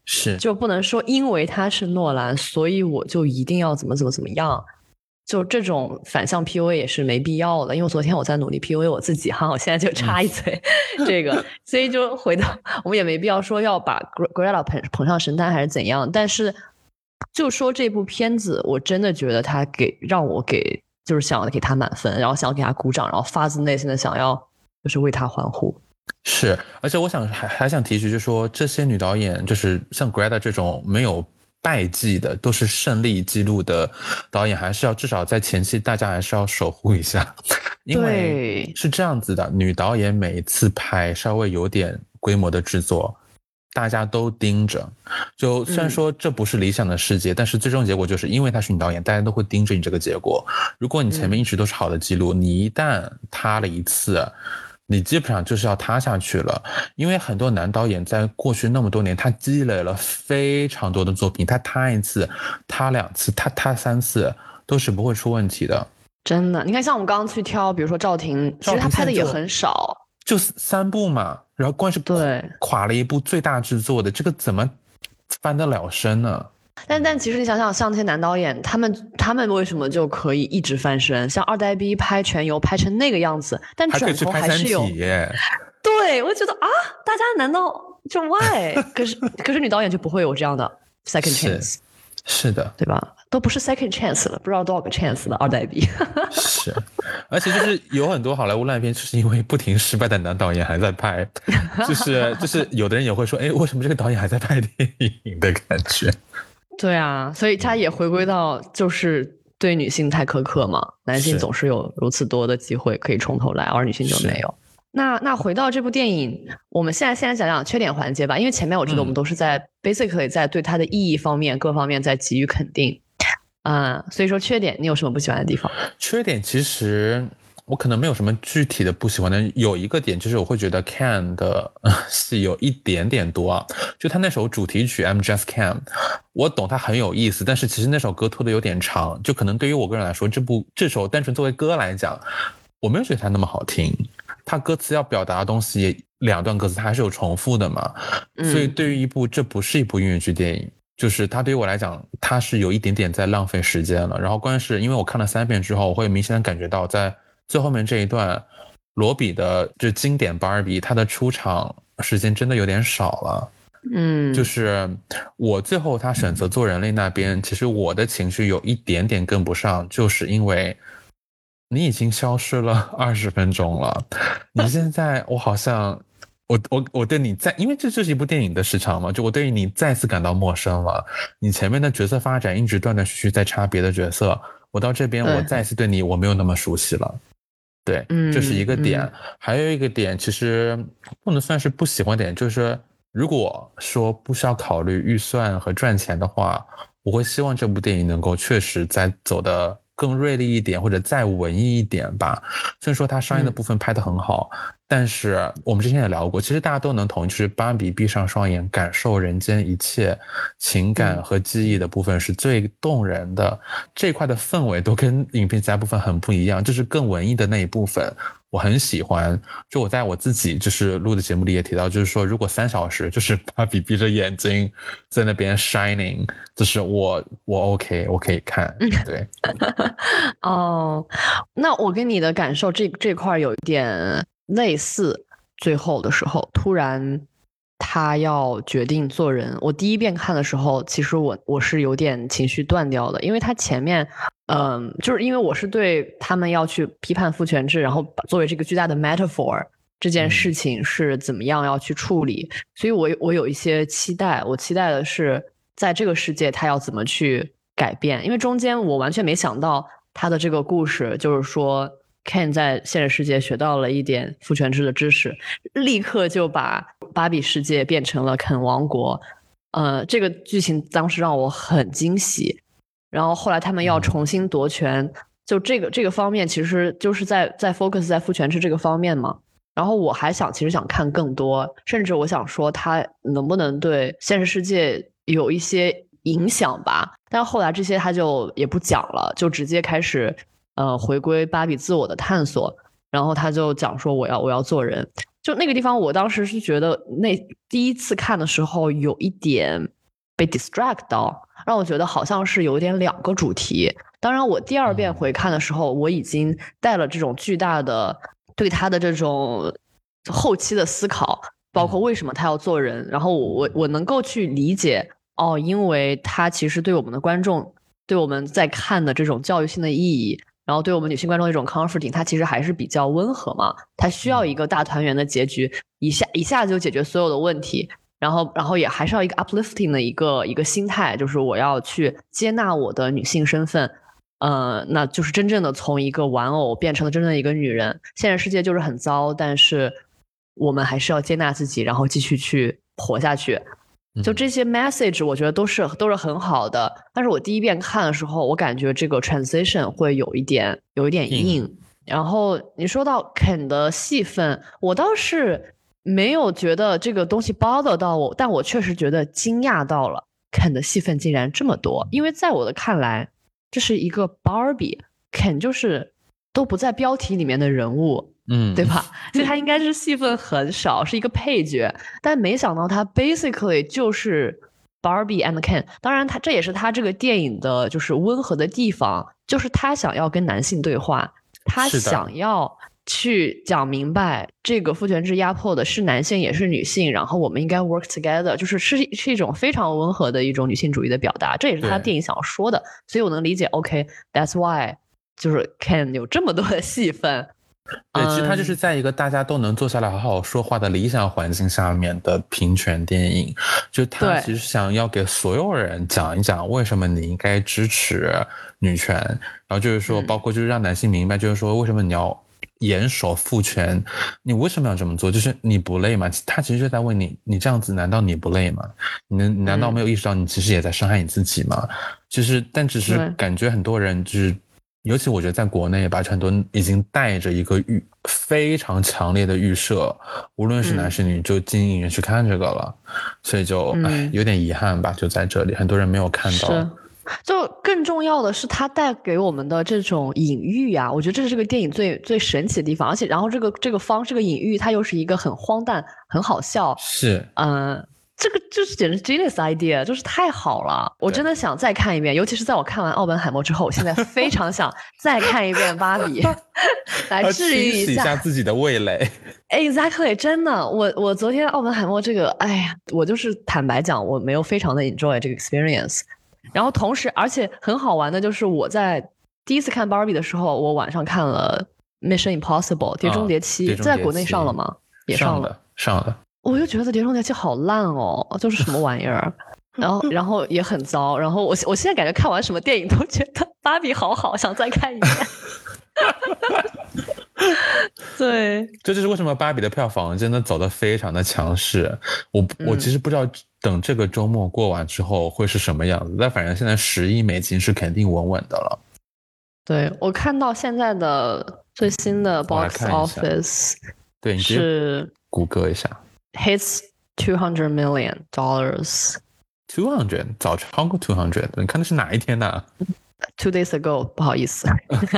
是， 就不能说因为他是诺兰，所以我就一定要怎么样。就这种反向 PUA 也是没必要的，因为昨天我在努力 PUA 我自己哈，我现在就插一嘴、这个，所以就回到我们也没必要说要把 Greta 捧上神坛还是怎样，但是就说这部片子，我真的觉得他让我就是想要给他满分，然后想要给他鼓掌，然后发自内心的想要就是为他欢呼。 是，而且我想还想提及，就是说这些女导演，就是像 Greta 这种没有败绩的，都是胜利记录的导演，还是要至少在前期大家还是要守护一下，因为是这样子的，女导演每一次拍稍微有点规模的制作，大家都盯着，就虽然说这不是理想的世界，但是最终结果就是因为她是女导演，大家都会盯着你这个结果。如果你前面一直都是好的记录，你一旦塌了一次，你基本上就是要塌下去了，因为很多男导演在过去那么多年，他积累了非常多的作品，他塌一次、塌2次、塌3次都是不会出问题的。 真的，你看，像我们刚刚去挑，比如说赵婷，其实他拍的也很少， 就3部嘛，然后光是垮了一部最大制作的，这个怎么翻得了身呢？ 但其实你想想，像那些男导演，他们为什么就可以一直翻身？像二代 B 拍全游拍成那个样子，但转头还是有。对，我就觉得啊，大家难道就 why？ 可是女导演就不会有这样的 second chance。 是的， 对吧？都不是 second chance 了，不知道多少个 chance 了，二代 B。 是，而且就是有很多好莱坞烂片，就是因为不停失败的男导演还在拍，就是有的人也会说，哎，为什么这个导演还在拍电影的感觉？ 对啊，所以他也回归到就是对女性太苛刻嘛，男性总是有如此多的机会可以从头来，而女性就没有。那回到这部电影，我们现在讲讲缺点环节吧，因为前面我觉得我们都是在basically 在对它的意义方面各方面在给予肯定，所以说缺点你有什么不喜欢的地方？ 缺点其实我可能没有什么具体的不喜欢的，有一个点就是我会觉得 Can 的戏有一点点多啊，就他那首主题曲 I'm Just Can， 我懂它很有意思，但是其实那首歌拖得有点长，就可能对于我个人来说，这首单纯作为歌来讲，我没有觉得它那么好听。他歌词要表达的东西2段歌词它还是有重复的嘛，所以对于这不是一部音乐剧电影，就是它对于我来讲它是有一点点在浪费时间了。然后关键是因为我看了3遍之后，我会明显的感觉到在最后面这一段罗比的这经典芭比他的出场时间真的有点少了。就是我最后他选择做人类那边，其实我的情绪有一点点跟不上，就是因为你已经消失了20分钟了，你现在我好像我对你因为这就是一部电影的时长嘛，就我对于你再次感到陌生了。你前面的角色发展一直断断续续在插别的角色，我到这边我再次对你我没有那么熟悉了。对，这是一个点。还有一个点其实不能算是不喜欢点，就是如果说不需要考虑预算和赚钱的话，我会希望这部电影能够确实再走的更锐利一点，或者再文艺一点吧。虽然说它商业的部分拍得很好，但是我们之前也聊过，其实大家都能同意，就是芭比闭上双眼感受人间一切情感和记忆的部分是最动人的。这一块的氛围都跟影片其他部分很不一样，就是更文艺的那一部分我很喜欢。就我在我自己就是录的节目里也提到，就是说如果3小时就是芭比闭着眼睛在那边 shining， 就是我 OK， 我可以看。对。 那我跟你的感受这块有一点类似，最后的时候突然他要决定做人，我第一遍看的时候其实我是有点情绪断掉的，因为他前面就是因为我是对他们要去批判父权制，然后作为这个巨大的 metaphor 这件事情是怎么样要去处理，所以我有一些期待，我期待的是在这个世界他要怎么去改变，因为中间我完全没想到他的这个故事就是说 Ken 在现实世界学到了一点父权制的知识，立刻就把芭比世界变成了肯王国。这个剧情当时让我很惊喜。然后后来他们要重新夺权，就这个方面其实就是在 focus 在父权制这个方面嘛。然后我还其实想看更多，甚至我想说他能不能对现实世界有一些影响吧。但后来这些他就也不讲了，就直接开始回归芭比自我的探索，然后他就讲说我要做人。就那个地方我当时是觉得那第一次看的时候有一点被 distract 到，让我觉得好像是有点两个主题。当然我第二遍回看的时候，我已经带了这种巨大的对他的这种后期的思考，包括为什么他要做人，然后我能够去理解因为他其实对我们的观众，对我们在看的这种教育性的意义，然后对我们女性观众的一种 comforting， 它其实还是比较温和嘛，它需要一个大团圆的结局，一下就解决所有的问题，然后也还是要一个 uplifting 的一个心态，就是我要去接纳我的女性身份，那就是真正的从一个玩偶变成了真正的一个女人。现实世界就是很糟，但是我们还是要接纳自己，然后继续去活下去。就这些 message 我觉得都是很好的，但是我第一遍看的时候，我感觉这个 transition 会有一点硬。然后你说到 Ken 的戏份，我倒是没有觉得这个东西 bother 到我，但我确实觉得惊讶到了 Ken 的戏份竟然这么多，因为在我的看来，这是一个 Barbie， Ken 就是都不在标题里面的人物。对吧？所以他应该是戏份很少，是一个配角，但没想到他 basically 就是 Barbie and Ken。当然这也是他这个电影的就是温和的地方，就是他想要跟男性对话，他想要去讲明白这个父权制压迫的是男性也是女性，然后我们应该 work together， 是一种非常温和的一种女性主义的表达，这也是他电影想要说的。所以我能理解 OK that's why 就是 Ken 有这么多的戏份。 对，其实它就是在一个大家都能坐下来好好说话的理想环境下面的平权电影，就他其实想要给所有人讲一讲为什么你应该支持女权，然后就是说包括就是让男性明白，就是说为什么你要严守父权，你为什么要这么做，就是你不累吗？他其实就在问你，你这样子难道你不累吗？你难道没有意识到你其实也在伤害你自己吗？就是但只是感觉很多人就是尤其我觉得在国内吧，很多人已经带着一个非常强烈的预设，无论是男是女，就进影院去看这个了，所以就有点遗憾吧，就在这里很多人没有看到。 就更重要的是它带给我们的这种隐喻啊，我觉得这是这个电影最神奇的地方，而且然后这个这个隐喻它又是一个很荒诞很好笑， 是这个就是简直 genius idea， 就是太好了，我真的想再看一遍，尤其是在我看完奥本海默之后，我现在非常想再看一遍芭比来治愈一下自己的味蕾。 Exactly， 真的，我昨天奥本海默这个，哎呀，我就是坦白讲，我没有非常的 enjoy 这个 experience。然后同时，而且很好玩的就是，我在第一次看芭比的时候，我晚上看了 Mission Impossible 碟中谍7，在国内上了吗？也上了。我就觉得碟中谍7好烂哦，就是什么玩意儿。然后也很糟。然后我现在感觉看完什么电影都觉得芭比好好，想再看一遍。对， 这就是为什么芭比的票房真的走得非常的强势。我其实不知道等这个周末过完之后会是什么样子，但反正现在$10亿是肯定稳稳的了。 对，我看到现在的最新的 box office， 对，你是谷歌一下 ，hits $200 million。 200早超过200，你看的是哪一天呢 ？2 days ago， 不好意思。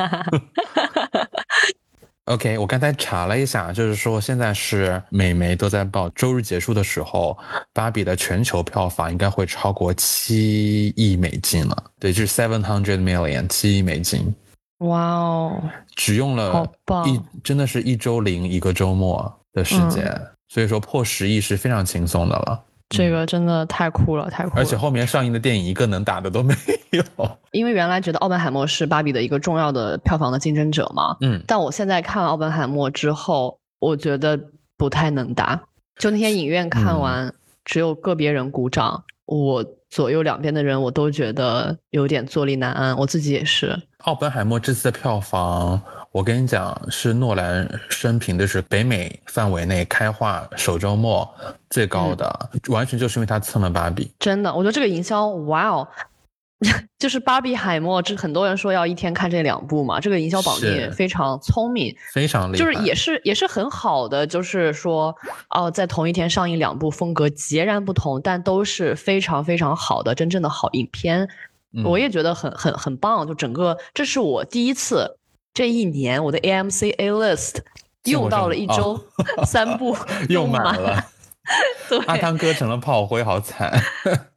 OK， 我刚才查了一下，就是说现在是美媒都在报，周日结束的时候，芭比的全球票房应该会超过$7亿了。对，就是700 million， $7亿。 哇哦！ 只用了真的是1周零1个周末的时间，所以说破10亿是非常轻松的了。 这个真的太酷了，太酷了！ 而且后面上映的电影一个能打的都没有。 因为原来觉得奥本海默是芭比的一个重要的票房的竞争者嘛，但我现在看完奥本海默之后，我觉得不太能打。就那天影院看完，只有个别人鼓掌，我左右两边的人我都觉得有点坐立难安，我自己也是。 奥本海默这次的票房，我跟你讲，是诺兰生平的是北美范围内开画首周末最高的，完全就是因为他蹭了芭比。 真的，我觉得这个营销，哇哦！就是芭比海默，这很多人说要一天看这2部嘛，这个营销绑定非常聪明， 非常厉害， 就是也是很好的，就是说在同一天上映2部风格截然不同，但都是非常非常好的真正的好影片。我也觉得很棒，就整个这是我第一次这一年我的 AMC A List 用到了1周3部用满了。 对， 阿汤哥成了炮灰，好惨。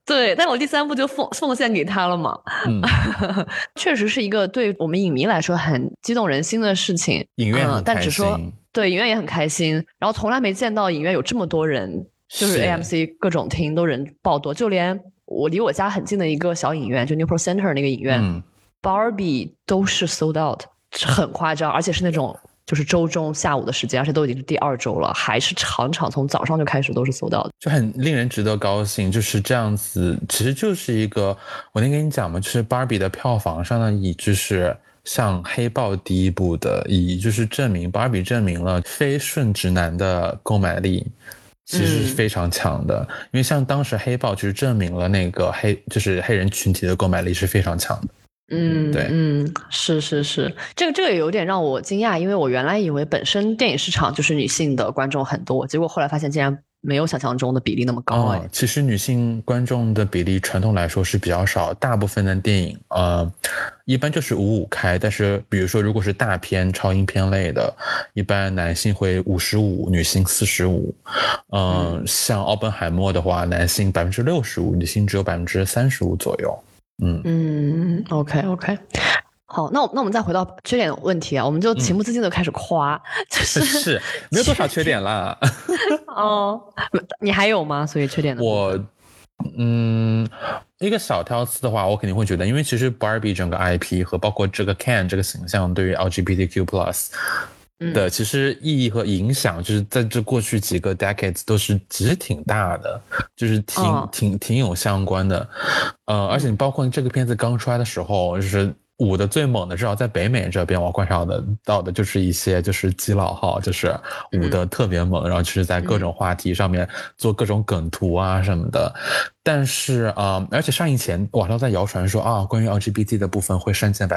对，但我第3部就奉献给他了嘛。确实是一个对我们影迷来说很激动人心的事情。 影院很但开心， 只说对影院也很开心，然后从来没见到影院有这么多人，就是 AMC 各种厅都人爆多，就连我离我家很近的一个小影院，就 Newport Center 那个影院，Barbie 都是 sold out， 很夸张，而且是那种就是周中下午的时间，而且都已经是第2周了，还是场从早上就开始都是 sold out， 就很令人值得高兴。就是这样子，其实就是一个我能跟你讲嘛，就是 Barbie 的票房上的意义，就是像黑豹第1部的意义，就是证明 Barbie 证明了非顺直男的购买力其实是非常强的，因为像当时黑豹就是证明了那个就是黑人群体的购买力是非常强的。对， 是，这个也有点让我惊讶，因为我原来以为本身电影市场就是女性的观众很多，结果后来发现竟然没有想象中的比例那么高。 其实女性观众的比例传统来说是比较少，大部分的电影一般就是55开，但是比如说如果是大片超英片类的，一般男性会55，女性45。像奥本海默的话，男性65%，女性只有35%左右。 OK， 好，那我们再回到缺点问题啊，我们就情不自禁的开始夸， 就是没有多少缺点啦。 你还有吗？所以缺点的部分一个小挑刺的话，我肯定会觉得，因为其实 Barbie 整个 IP 和包括这个 Ken 这个形象对于 LGBTQ+ 的其实意义和影响，就是在这过去几个 decades 都是其实挺大的，就是挺有相关的。而且你包括这个片子刚出来的时候，就是舞的最猛的，至少在北美这边我观察到的就是一些就是基佬号，就是舞的特别猛，然后就是在各种话题上面做各种梗图啊什么的。但是而且上映前网上在谣传说关于 LGBT 的部分会删减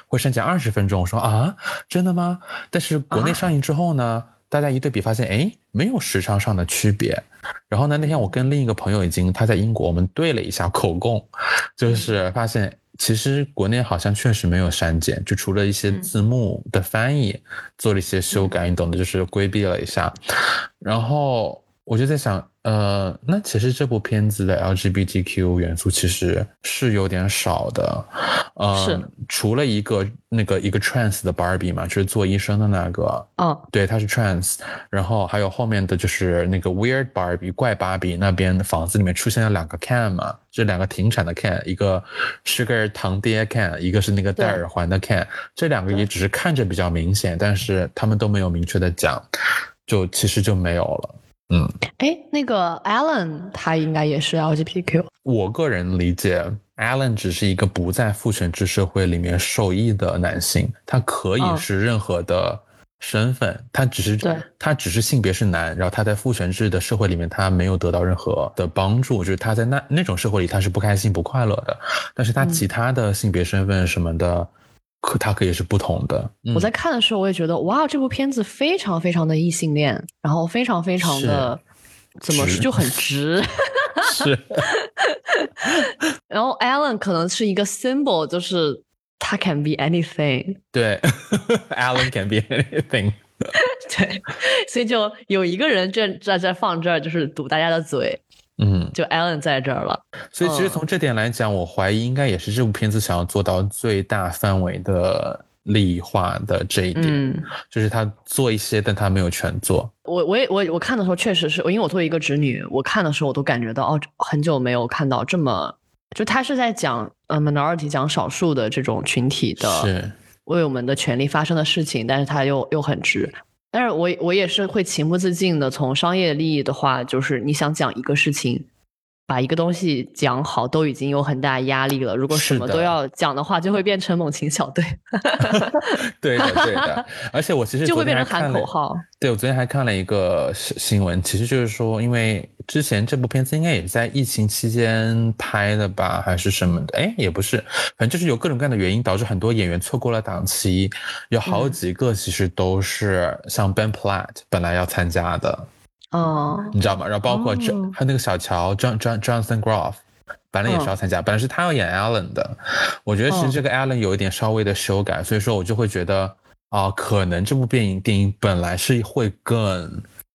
20分钟，我说真的吗？但是国内上映之后呢，大家一对比发现没有时长上的区别。然后呢，那天我跟另一个朋友他在英国，我们对了一下口供，就是发现其实国内好像确实没有删减，就除了一些字幕的翻译做了一些修改，你懂的，就是规避了一下。然后我就在想那其实这部片子的 LGBTQ 元素其实是有点少的。除了一个 trans 的 Barbie 嘛，就是做医生的那个对，他是 trans。然后还有后面的就是那个 weird Barbie 怪芭比那边的房子里面出现了2个 Ken 嘛，这2个停产的 Ken， 一个是个堂爹 Ken， 一个是那个戴耳环的 Ken， 这2个也只是看着比较明显，但是他们都没有明确的讲，就其实就没有了。 那个 Alan 他应该也是 LGBTQ。 我个人理解 Alan 只是一个不在父权制社会里面受益的男性，他可以是任何的身份，他只是性别是男，然后他在父权制的社会里面他没有得到任何的帮助，就是他在那种社会里他是不开心不快乐的，但是他其他的性别身份什么的它可以是不同的。 我在看的时候我也觉得哇，这部片子非常非常的异性恋，然后非常非常的怎么说就很直是然后 Alan 可能是一个 symbol， 就是他 can be anything。 对Alan can be anything 对，所以就有一个人在放这儿就是堵大家的嘴，就 Alan 在这儿了。 所以其实从这点来讲，我怀疑应该也是这部片子想要做到最大范围的利益化的这一点，就是他做一些但他没有全做。 我看的时候确实是，因为我作为一个直女，我看的时候我都感觉到很久没有看到这么，就他是在讲minority 讲少数的这种群体的为我们的权利发生的事情，但是他又很直。但是我也是会情不自禁的，从商业利益的话，就是你想讲一个事情，把一个东西讲好都已经有很大压力了，如果什么都要讲的话，就会变成猛禽小队对的而且我其实就会变成喊口号。 对，我昨天还看了一个新闻，其实就是说因为之前这部片子应该也是在疫情期间拍的吧，还是什么的，也不是，反正就是有各种各样的原因导致很多演员错过了档期，有好几个其实都是像 Ben Platt 本来要参加的你知道吗？然后包括还有那个小乔 Jonathan Groff 本来也是要参加，本来是他要演 Alan 的，我觉得其实这个 Alan 有一点稍微的修改，所以说我就会觉得可能这部电影本来是会更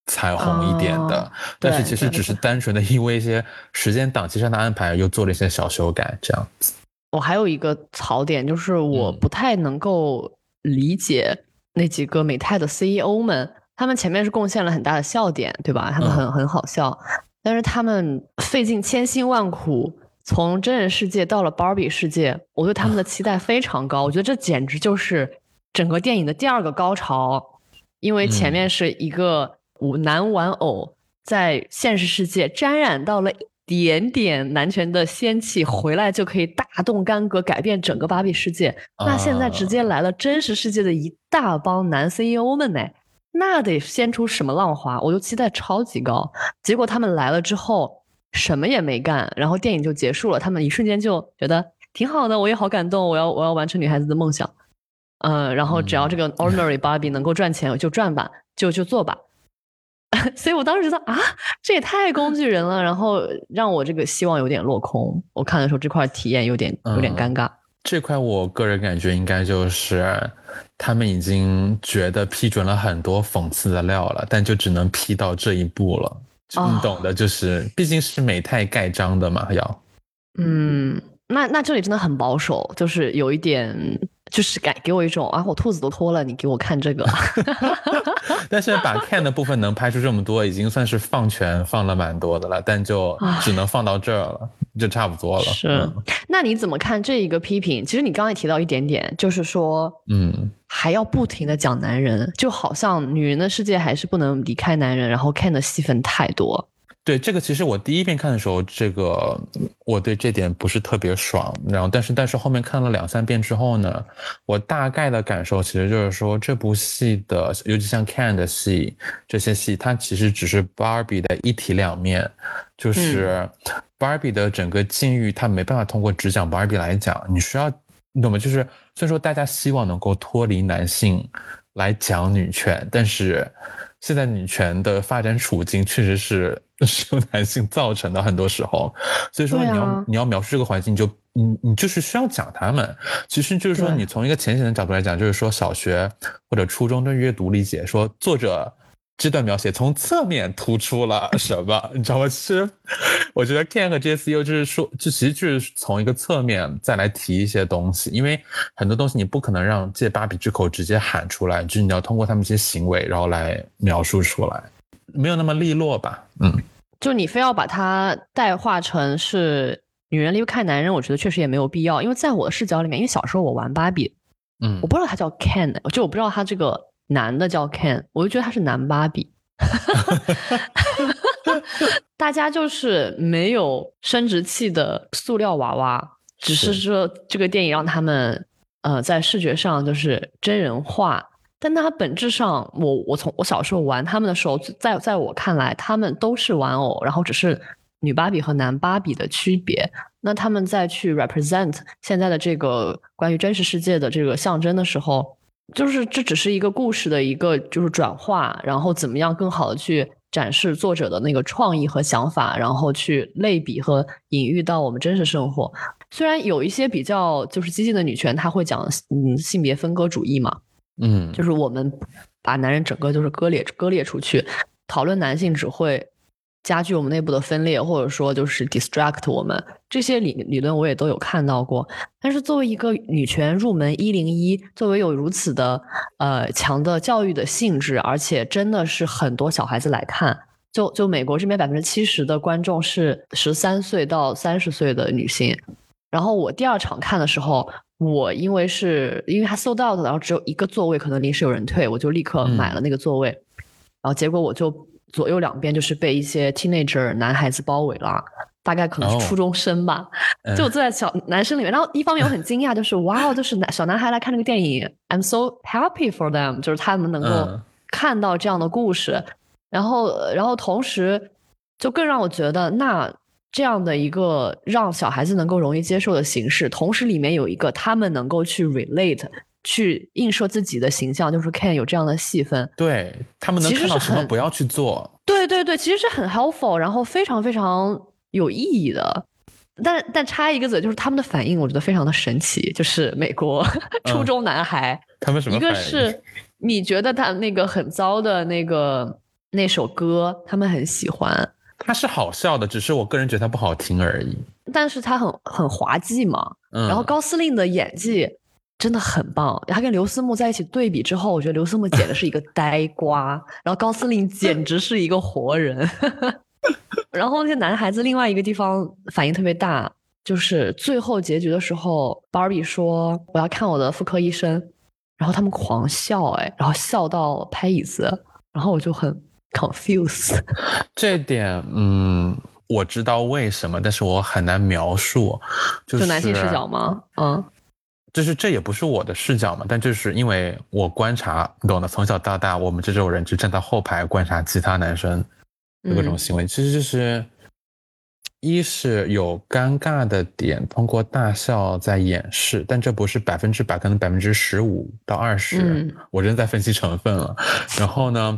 彩虹一点的，但是其实只是单纯的因为一些时间档期上的安排又做了一些小修改这样子。 我还有一个槽点，就是我不太能够理解那几个美泰的 CEO 们，他们前面是贡献了很大的笑点，对吧？他们很好笑，但是他们费尽千辛万苦从真人世界到了 Barbie 世界，我对他们的期待非常高，我觉得这简直就是整个电影的第二个高潮，因为前面是一个男玩偶在现实世界沾染到了点点男权的仙气，回来就可以大动干戈，改变整个芭比世界。那现在直接来了真实世界的一大帮男 CEO 们呢，那得掀出什么浪花，我就期待超级高。结果他们来了之后什么也没干，然后电影就结束了，他们一瞬间就觉得挺好的，我也好感动，我要完成女孩子的梦想。然后只要这个 ordinary Barbie 能够赚钱就赚吧，就做吧。所以我当时觉得啊，这也太工具人了，然后让我这个希望有点落空。我看的时候这块体验有点尴尬。 这块我个人感觉应该就是他们已经觉得批准了很多讽刺的料了，但就只能批到这一步了。你懂的，就是毕竟是美泰盖章的嘛，要。 那这里真的很保守，就是有一点，就是给我一种啊，我兔子都脱了，你给我看这个。 但是把 Ken 的部分能拍出这么多，已经算是放权放了蛮多的了，但就只能放到这儿了，就差不多了。 是，那你怎么看这一个批评？其实你刚才提到一点点，就是说，还要不停的讲男人，就好像女人的世界还是不能离开男人，然后 Ken 的戏份太多。 对，这个其实我第一遍看的时候，这个我对这点不是特别爽，然后但是后面看了2-3遍之后呢，我大概的感受其实就是说，这部戏的，尤其像 Ken 的戏，这些戏它其实只是 Barbie 的一体两面，就是 Barbie 的整个境遇，它没办法通过只讲 Barbie 来讲，你需要，你懂吗？就是虽然说大家希望能够脱离男性来讲女权，但是现在女权的发展处境确实是由男性造成的，很多时候，所以说你要描述这个环境，你就是需要讲他们。其实就是说，你从一个浅显的角度来讲，就是说小学或者初中的阅读理解，说作者这段描写从侧面突出了什么，你知道吗？其实我觉得 Ken 和 JCU 就是说，就其实就是从一个侧面再来提一些东西，因为很多东西你不可能让借芭比之口直接喊出来，就是你要通过他们一些行为，然后来描述出来，没有那么利落吧？ 就你非要把它代化成是女人离不开男人，我觉得确实也没有必要，因为在我的视角里面，因为小时候我玩芭比，我不知道他叫 Ken， 就我不知道他这个男的叫 Ken， 我就觉得他是男芭比。大家就是没有生殖器的塑料娃娃，只是说这个电影让他们在视觉上就是真人化，但它本质上我小时候玩他们的时候，在我看来他们都是玩偶，然后只是女芭比和男芭比的区别。那他们再去 represent 现在的这个关于真实世界的这个象征的时候，就是这只是一个故事的一个就是转化，然后怎么样更好的去展示作者的那个创意和想法，然后去类比和隐喻到我们真实生活。虽然有一些比较就是激进的女权，她会讲性别分割主义嘛，就是我们把男人整个就是割裂出去，讨论男性只会加剧我们内部的分裂，或者说就是 distract 我们，这些理论我也都有看到过。但是作为一个女权入门101，作为有如此的强的教育的性质，而且真的是很多小孩子来看，就美国这边70%的观众是13岁到30岁的女性。然后我第2场看的时候，我因为它 sold out， 然后只有一个座位，可能临时有人退，我就立刻买了那个座位，然后结果我就左右两边就是被一些 teenager 男孩子包围了，大概可能是初中生吧，就我坐在小男生里面，然后一方面我很惊讶，就是哇，就是小男孩来看这个电影 ，I'm so happy for them， 就是他们能够看到这样的故事，然后同时就更让我觉得，那这样的一个让小孩子能够容易接受的形式，同时里面有一个他们能够去 relate， 去映射自己的形象，就是 Ken 有这样的戏份， 对，他们能看到什么不要去做， 对对对，其实是很 helpful， 然后非常非常有意义的。但插一个嘴，就是他们的反应我觉得非常的神奇，就是美国初中男孩， 他们什么反应？ 一个是你觉得他那个很糟的那个那首歌他们很喜欢， 它是好笑的，只是我个人觉得它不好听而已。 但是他很滑稽嘛。然后高司令的演技真的很棒，他跟刘思慕在一起对比之后，我觉得刘思慕简直是一个呆瓜，然后高司令简直是一个活人。然后那些男孩子另外一个地方反应特别大，就是最后结局的时候 Barbie 说我要看我的妇科医生，然后他们狂笑，然后笑到拍椅子，然后我就很 confused。 这点我知道为什么，但是我很难描述，就是男性视角吗？ 就是这也不是我的视角嘛，但就是因为我观察，你懂的，从小到大我们这种人就站在后排观察其他男生的各种行为，其实就是一是有尴尬的点通过大笑在掩饰，但这不是100%，可能15%到20%，我真在分析成分了。然后呢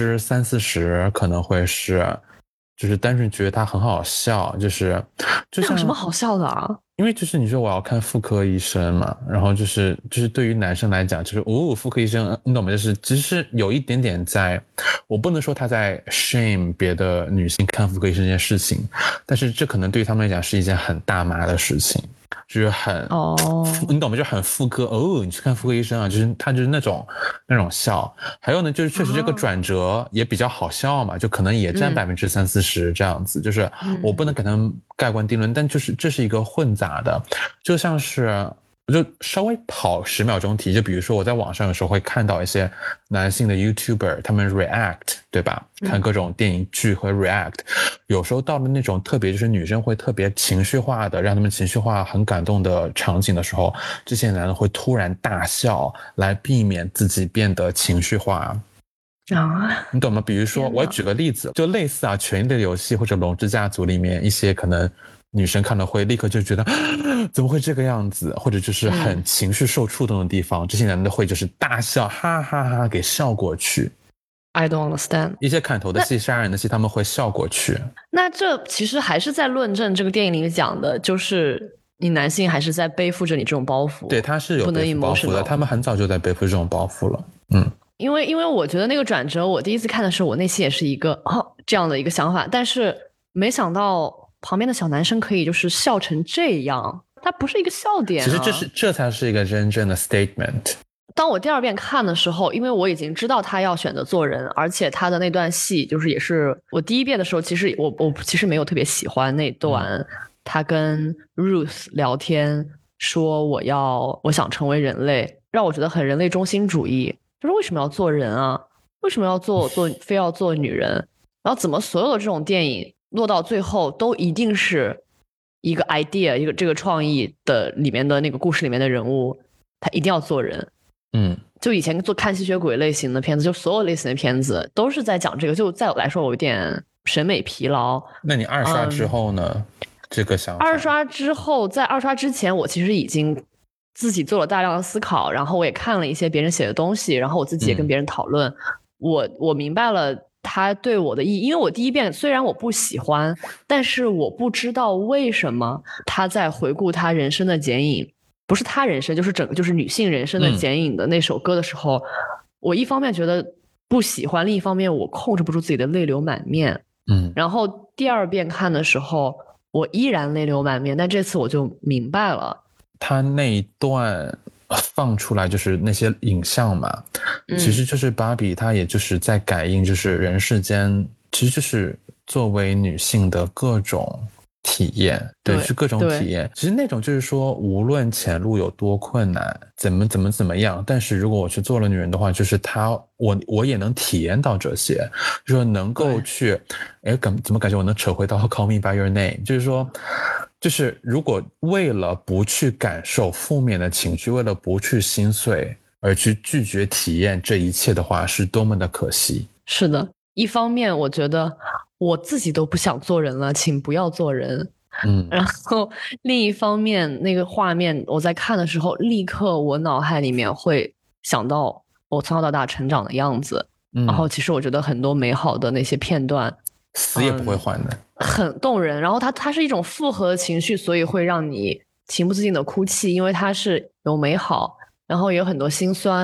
30-40%可能会是就是单纯觉得他很好笑，就像有什么好笑的啊？ 因为就是你说我要看妇科医生嘛，然后就是对于男生来讲，就是妇科医生，你懂吗？就是其实有一点点在，我不能说他在 shame 别的女性看妇科医生这件事情，但是这可能对于他们来讲是一件很大妈的事情，就是很你懂吗？就很妇科你去看妇科医生啊，就是他就是那种笑。还有呢，就是确实这个转折也比较好笑嘛，就可能也占30-40%这样子，就是我不能给他们盖棺定论，但就是这是一个混杂的，就像是我就稍微跑10秒钟题，就比如说我在网上有时候会看到一些男性的 YouTuber 他们 react 对吧，看各种电影剧和 react，有时候到了那种特别就是女生会特别情绪化的，让他们情绪化很感动的场景的时候，这些男的会突然大笑来避免自己变得情绪化你懂吗？比如说我举个例子，就类似权力的游戏或者龙之家族里面一些可能女生看了会立刻就觉得怎么会这个样子，或者就是很情绪受触动的地方，这些男的会就是大笑哈哈哈给笑过去。 I don't understand。 一些砍头的戏杀人的戏他们会笑过去。那这其实还是在论证这个电影里面讲的，就是你男性还是在背负着你这种包袱。 对，他是有背负包袱的，他们很早就在背负这种包袱了。 因为我觉得那个转折，我第一次看的时候，我内心也是一个这样的一个想法，但是没想到旁边的小男生可以就是笑成这样，它不是一个笑点其实这才是一个真正的 statement。 当我第二遍看的时候，因为我已经知道他要选择做人，而且他的那段戏就是也是我第一遍的时候，其实我其实没有特别喜欢那段他跟 Ruth 聊天说我想成为人类，让我觉得很人类中心主义，就是为什么要做人啊？为什么要非要做女人？然后怎么所有的这种电影落到最后都一定是一个 idea， 一个这个创意的里面的那个故事里面的人物，他一定要做人。就以前做看吸血鬼类型的片子，就所有类型的片子都是在讲这个，就在我来说我有点审美疲劳。 那你二刷之后呢？这个想法二刷之后，在二刷之前我其实已经自己做了大量的思考，然后我也看了一些别人写的东西，然后我自己也跟别人讨论，我明白了他对我的意义。因为我第一遍虽然我不喜欢，但是我不知道为什么他在回顾他人生的剪影，不是他人生，就是整个就是女性人生的剪影的那首歌的时候，我一方面觉得不喜欢，另一方面我控制不住自己的泪流满面。然后第二遍看的时候，我依然泪流满面，但这次我就明白了， 他那一段放出来就是那些影像嘛，其实就是芭比她也就是在感应，就是人世间其实就是作为女性的各种体验，对，是各种体验。其实那种就是说，无论前路有多困难，怎么样，但是如果我去做了女人的话，就是我也能体验到这些，就是说能够去，怎么感觉我能扯回到 Call Me by Your Name， 就是说，就是如果为了不去感受负面的情绪，为了不去心碎而去拒绝体验这一切的话，是多么的可惜。 是的，一方面我觉得我自己都不想做人了，请不要做人。然后另一方面那个画面我在看的时候，立刻我脑海里面会想到我从小到大成长的样子，然后其实我觉得很多美好的那些片段死也不会还的， 很动人。然后它是一种复合的情绪，所以会让你情不自禁的哭泣，因为它是有美好，然后也有很多心酸，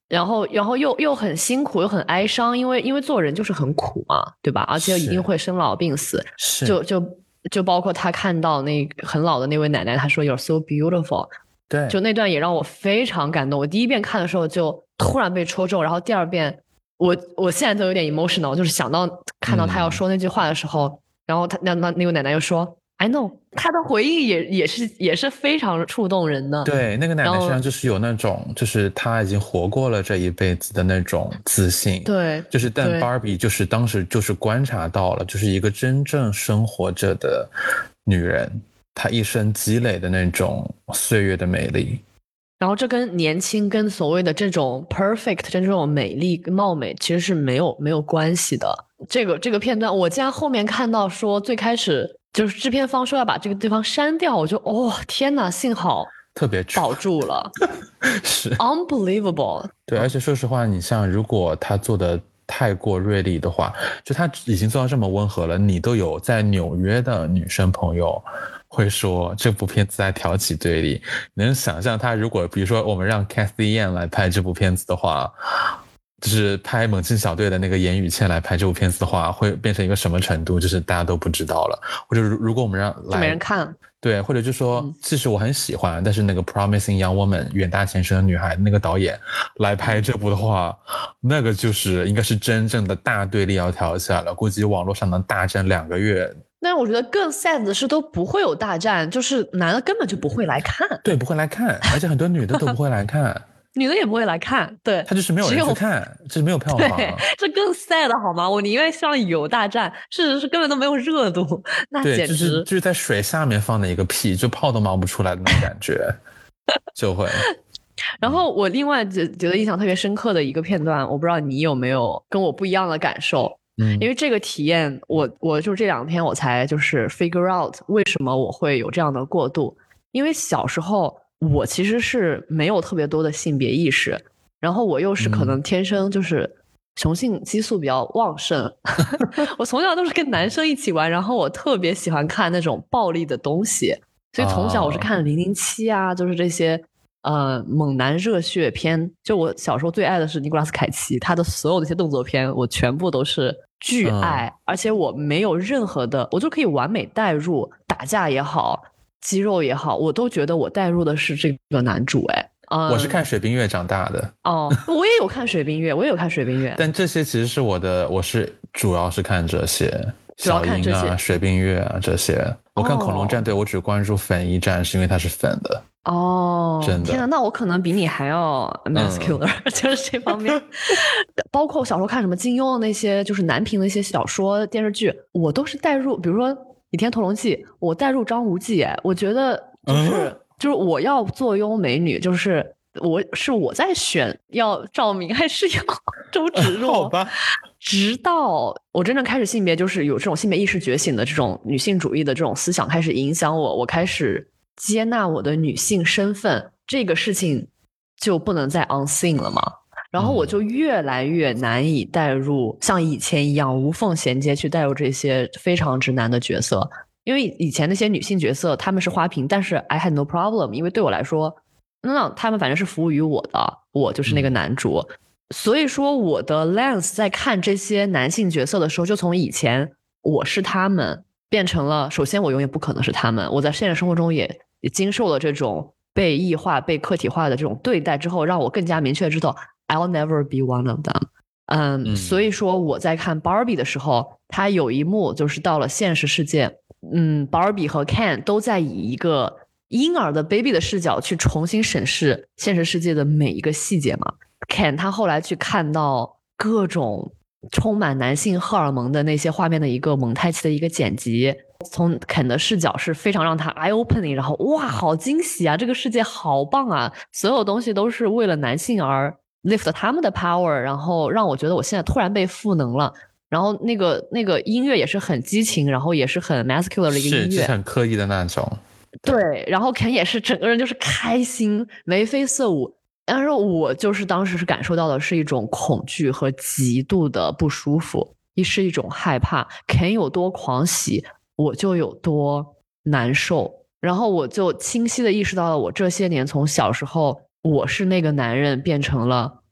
然后又很辛苦，又很哀伤，因为做人就是很苦嘛，对吧？而且一定会生老病死，就包括他看到那个很老的那位奶奶，他说 "You're so beautiful"， 对， 就那段也让我非常感动。我第一遍看的时候就突然被戳中，然后第二遍我现在都有点 emotional， 就是想到看到他要说那句话的时候，然后他那位奶奶又说 "I know"， 他的回应也是非常触动人的。 对，那个奶奶身上就是有那种，就是她已经活过了这一辈子的那种自信。 对， 就是但 Barbie 就是当时就是观察到了，就是一个真正生活着的女人，她一生积累的那种岁月的美丽。 然后这跟年轻跟所谓的这种 perfect 这种美丽跟貌美其实是没有关系的。这个片段我竟然后面看到说最开始就是制片方说要把这个地方删掉，我就天哪，幸好特别保住了。 是 unbelievable。 对，而且说实话，你像如果他做的太过锐利的话，就他已经做到这么温和了，你都有在纽约的女生朋友会说这部片子在挑起对立。你能想象他如果比如说我们让 Cathy Yan 来拍这部片子的话，就是拍猛禽小队的那个严雨倩来拍这部片子的话，会变成一个什么程度，就是大家都不知道了。或者如果我们让来就没人看。 对，或者就说其实我很喜欢，但是那个 Promising Young Woman 远大前程的女孩那个导演来拍这部的话，那个就是应该是真正的大对立要挑起来了，估计网络上能大战2个月。 但是我觉得更 sad 的是都不会有大战，就是男的根本就不会来看。 对，不会来看，而且很多女的都不会来看。 女的也不会来看。对， 他就是没有人去看，就是没有票房。 对，这更 sad 好吗？我宁愿希望有大战，事实是根本都没有热度，那对， 简直就是在水下面放的一个屁，就泡都冒不出来的那种感觉，就会。 然后我另外觉得印象特别深刻的一个片段，我不知道你有没有跟我不一样的感受。因为这个体验，我就这2天我才就是 figure out 为什么我会有这样的过渡。因为小时候我其实是没有特别多的性别意识，然后我又是可能天生就是雄性激素比较旺盛，我从小都是跟男生一起玩，然后我特别喜欢看那种暴力的东西，所以从小我是看007啊，就是这些猛男热血片。就我小时候最爱的是尼古拉斯凯奇，他的所有的一些动作片我全部都是巨爱，而且我没有任何的，我就可以完美代入，打架也好肌肉也好，我都觉得我代入的是这个男主。 我是看水冰月长大的。 我也有看水冰月， 但这些其实是我是主要是看这些小樱啊水冰月啊这些。我看恐龙战队我只关注粉一战，是因为它是粉的。真的天哪，那我可能比你还要 masculine，就是这方面。包括小时候看什么金庸的那些就是男频的一些小说电视剧，我都是代入，比如说《倚天屠龙记》，我代入张无忌。我觉得就是我要坐拥美女，就是我在选要赵敏还是要周芷若。 好吧。 直到我真正开始性别就是有这种性别意识觉醒的这种女性主义的这种思想开始影响我开始接纳我的女性身份，这个事情就不能再 unseen 了嘛。然后我就越来越难以带入像以前一样无缝衔接去带入这些非常直男的角色。因为以前那些女性角色他们是花瓶，但是 I had no problem， 因为对我来说那他们反正是服务于我的，我就是那个男主。所以说我的 lens 在看这些男性角色的时候，就从以前我是他们变成了首先我永远不可能是他们，我在现实生活中也经受了这种被异化被客体化的这种对待之后，让我更加明确知道 I'll never be one of them。所以说我在看 Barbie 的时候，他有一幕就是到了现实世界，Barbie 和 Ken 都在以一个婴儿的 baby 的视角去重新审视现实世界的每一个细节嘛。Ken 他后来去看到各种充满男性荷尔蒙的那些画面的一个蒙太奇的一个剪辑，从 Ken 的视角是非常让他 eye opening， 然后哇好惊喜啊，这个世界好棒啊，所有东西都是为了男性而 lift 他们的 power， 然后让我觉得我现在突然被赋能了。然后那个音乐也是很激情，然后也是很 masculine 的一个音乐， 是很刻意的那种。 对，然后Ken也是整个人就是开心眉飞色舞。但是我就是当时是感受到的是一种恐惧和极度的不舒服，是一种害怕。Ken有多狂喜，我就有多难受。然后我就清晰的意识到了，我这些年从小时候我是那个男人变成了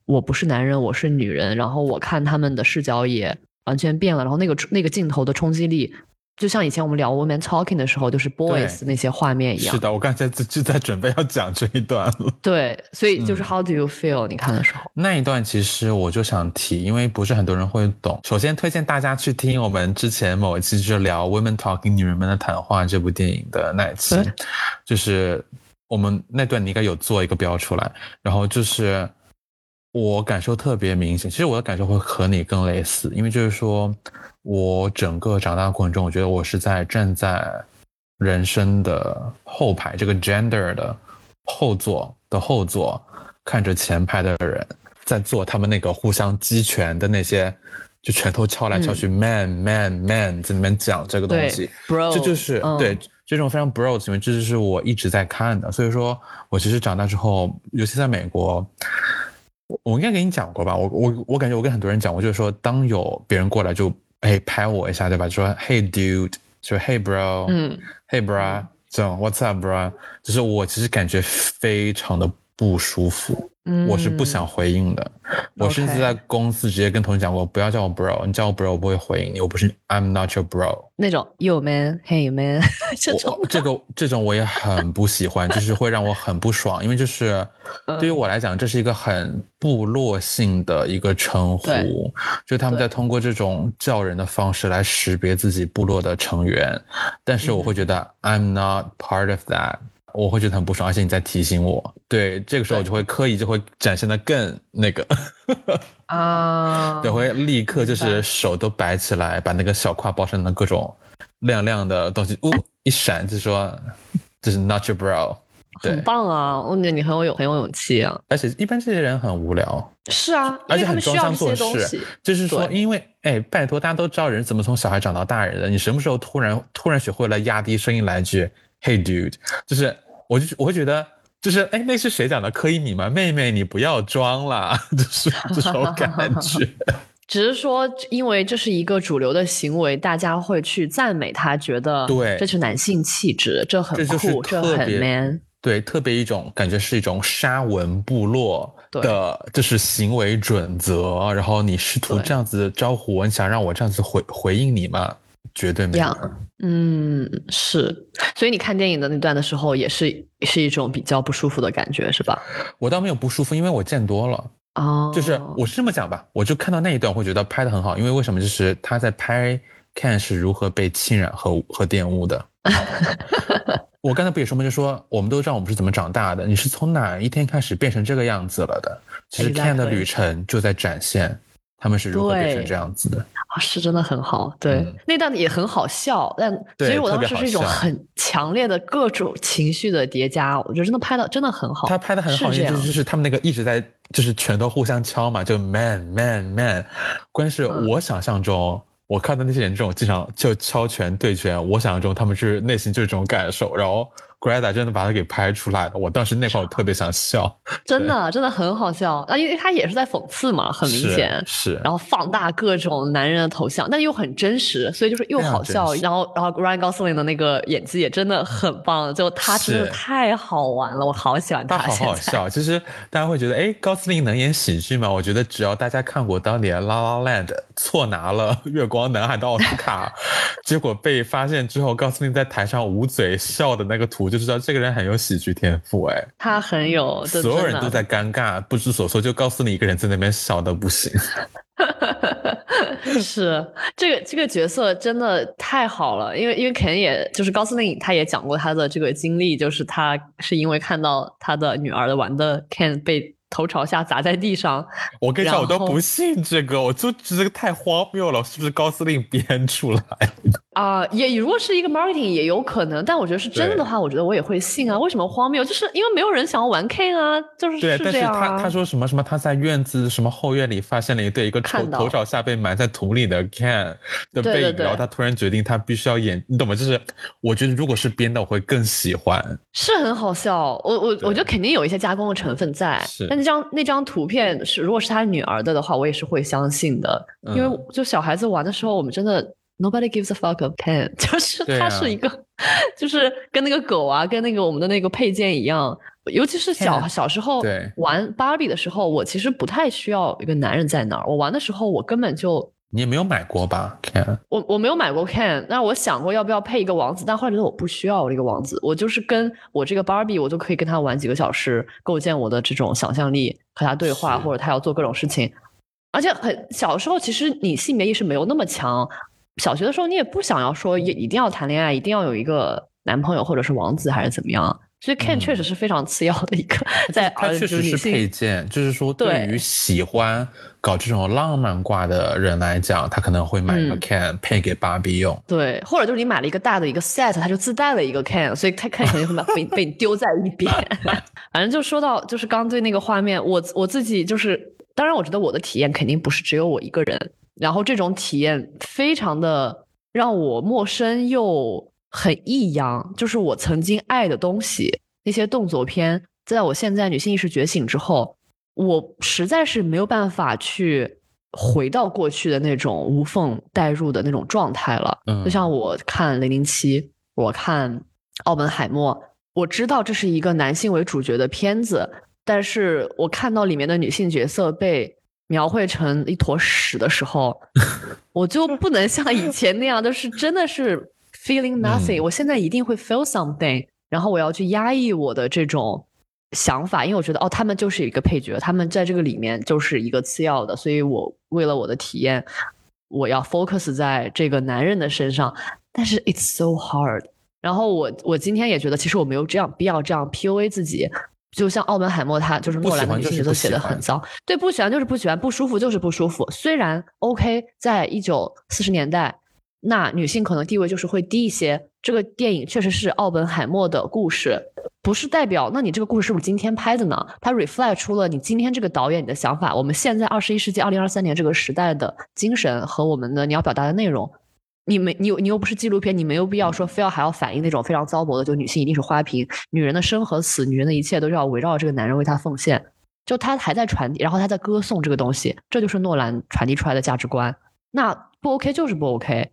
我不是男人，我是女人，然后我看他们的视角也完全变了，然后那个镜头的冲击力，就像以前我们聊 Women Talking 的时候，就是 Boys 那些画面一样。 是的，我刚才就在准备要讲这一段了。 对，所以就是 How do you feel？你看的时候， 那一段其实我就想提，因为不是很多人会懂。首先推荐大家去听我们之前某一期就聊 Women Talking 女人们的谈话这部电影的那一期，就是我们那段你应该有做一个标出来，然后就是我感受特别明显，其实我的感受会和你更类似，因为就是说我整个长大过程中，我觉得我是在站在人生的后排这个 gender 的后座看着前排的人在做他们那个互相击拳的那些，就拳头敲来敲去，man 在那边讲这个东西，这就是对这种非常 bro 的行为，这就是我一直在看的。所以说我其实长大之后，尤其在美国，我应该给你讲过吧，我感觉我跟很多人讲过，就是说当有别人过来就拍我一下，对吧，就说 hey dude， 就 hey bro，hey bra， 这种 what's up bro， 就是我其实感觉非常的不舒服，我是不想回应的。我甚至在公司直接跟同事讲过，不要叫我 bro， 你叫我 bro 我不会回应你，我不是 I'm not your bro 那种 yo man hey man 这种我也很不喜欢，就是会让我很不爽，因为就是对于我来讲这是一个很部落性的一个称呼，就他们在通过这种叫人的方式来识别自己部落的成员，但是我会觉得 I'm not part of that，我会觉得很不爽，而且你在提醒我，对，这个时候我就会刻意就会展现的更那个啊， 对，会立刻就是手都摆起来，把那个小挎包上的各种亮亮的东西一闪，就说这是 not your bro， 对， 很棒啊，我觉得你很有勇气啊， 而且一般这些人很无聊， 是啊， 而且很装腔作势，就是说因为拜托大家都知道人怎么从小孩长到大人的，你什么时候突然学会了压低声音来一句 hey dude， 就是我会觉得就是那是谁讲的柯以米吗？妹妹你不要装啦，就是这种感觉只是说因为这是一个主流的行为，大家会去赞美他，觉得对， 这是男性气质，这很酷，这很 man， 对，特别一种感觉是一种沙文部落的就是行为准则，然后你试图这样子招呼我，你想让我这样子回应你吗？绝对没有。 是，所以你看电影的那段的时候也是一种比较不舒服的感觉是吧？ 我倒没有不舒服，因为我见多了。就是我是这么讲吧，我就看到那一段会觉得拍得很好，因为为什么？就是他在拍 Ken 是如何被侵染和玷污的。我刚才不也说吗？就说我们都知道我们是怎么长大的，你是从哪一天开始变成这个样子了的？其实 Ken 的旅程就在展现他们是如何变成这样子的。 是真的很好，对，那段也很好笑，但所以我当时是一种很强烈的各种情绪的叠加，我觉得真的拍的真的很好。 他拍的很好，就是他们那个一直在就是拳头互相敲嘛，就 man， 关键是我想象中。我看到那些人这种经常就敲拳对拳，我想象中他们是内心就是这种感受，然后 Greta 真的把它给拍出来了，我当时那块我特别想笑， 真的很好笑啊，因为他也是在讽刺嘛，很明显是， 然后放大各种男人的头像，但又很真实，所以就是又好笑，然后 Ryan Gosling 的那个演技也真的很棒，就他真的太好玩了，我好喜欢他， 好好笑。其实大家会觉得高司令能演喜剧吗？我觉得只要大家看过当年 La La Land 错拿了月光男孩的奥斯卡结果被发现之后，高司令在台上捂嘴笑的那个图就知道这个人很有喜剧天赋。 他很有， 所有人都在尴尬不知所措，就高司令一个人在那边笑得不行是这个角色真的太好了，因为肯也就是高司令他也讲过他的这个经历，就是他是因为看到他的女儿玩的 Ken 被头朝下砸在地上， 我跟你讲我都不信这个，我就觉得太荒谬了，是不是高司令编出来也如果是一个 marketing 也有可能，但我觉得是真的的话，我觉得我也会信啊。为什么荒谬？就是因为没有人想要玩 Ken 啊，就是对， 是这样但是他说什么他在院子什么后院里发现了一对一个头朝下被埋在土里的 Ken 的背影，然后他突然决定他必须要演，你懂吗？就是我觉得如果是编的我会更喜欢， 是很好笑。我觉得肯定有一些加工的成分在，但那张图片是如果是他女儿的话，我也是会相信的，因为就小孩子玩的时候，我们真的。Nobody gives a fuck of Ken， 就是他是一个，就是跟那个狗啊，跟那个我们的那个配件一样， 尤其是小时候玩芭比的时候，我其实不太需要一个男人在那儿。我玩的时候，我根本就你也没有买过吧 Ken？ 我没有买过 Ken， 但我想过要不要配一个王子，但后来觉得我不需要我这个王子，我就是跟我这个芭比，我就可以跟他玩几个小时，构建我的这种想象力，和他对话，或者他要做各种事情。而且小时候其实你性别意识没有那么强，小学的时候你也不想要说一定要谈恋爱，一定要有一个男朋友或者是王子还是怎么样。所以 Ken 确实是非常次要的一个，在它确实是配件，就是说对于喜欢搞这种浪漫挂的人来讲，他可能会买一个 Ken 配给芭比用。 对，或者就是你买了一个大的一个 set， 它就自带了一个 Ken， 所以他 Ken 肯定会被你丢在一边。反正就说到就是刚对那个画面，我自己就是，当然我觉得我的体验肯定不是只有我一个人，然后这种体验非常的让我陌生又很异样，就是我曾经爱的东西，那些动作片，在我现在女性意识觉醒之后，我实在是没有办法去回到过去的那种无缝代入的那种状态了。就像我看007，我看奥本海默，我知道这是一个男性为主角的片子，但是我看到里面的女性角色被描绘成一坨屎的时候，我就不能像以前那样，就是真的是feeling nothing，我现在一定会 feel something， 然后我要去压抑我的这种想法，因为我觉得他们就是一个配角，他们在这个里面就是一个次要的，所以我为了我的体验，我要 focus 在这个男人的身上，但是 it's so hard。然后我今天也觉得，其实我没有必要这样 PUA 自己。就像奥本海默他就是诺兰的女性角色写的很糟，对，不喜欢就是不喜欢，不舒服就是不舒服。虽然 OK， 在1940年代，那女性可能地位就是会低一些。这个电影确实是奥本海默的故事，不是代表那你这个故事是不是今天拍的呢？它 reflect 出了你今天这个导演你的想法，我们现在21世纪2023年这个时代的精神和我们的你要表达的内容。你又不是纪录片，你没有必要说非要还要反映那种非常糟粕的，就女性一定是花瓶，女人的生和死，女人的一切都是要围绕着这个男人为她奉献。就他还在传递，然后他在歌颂这个东西，这就是诺兰传递出来的价值观。那不 OK 就是不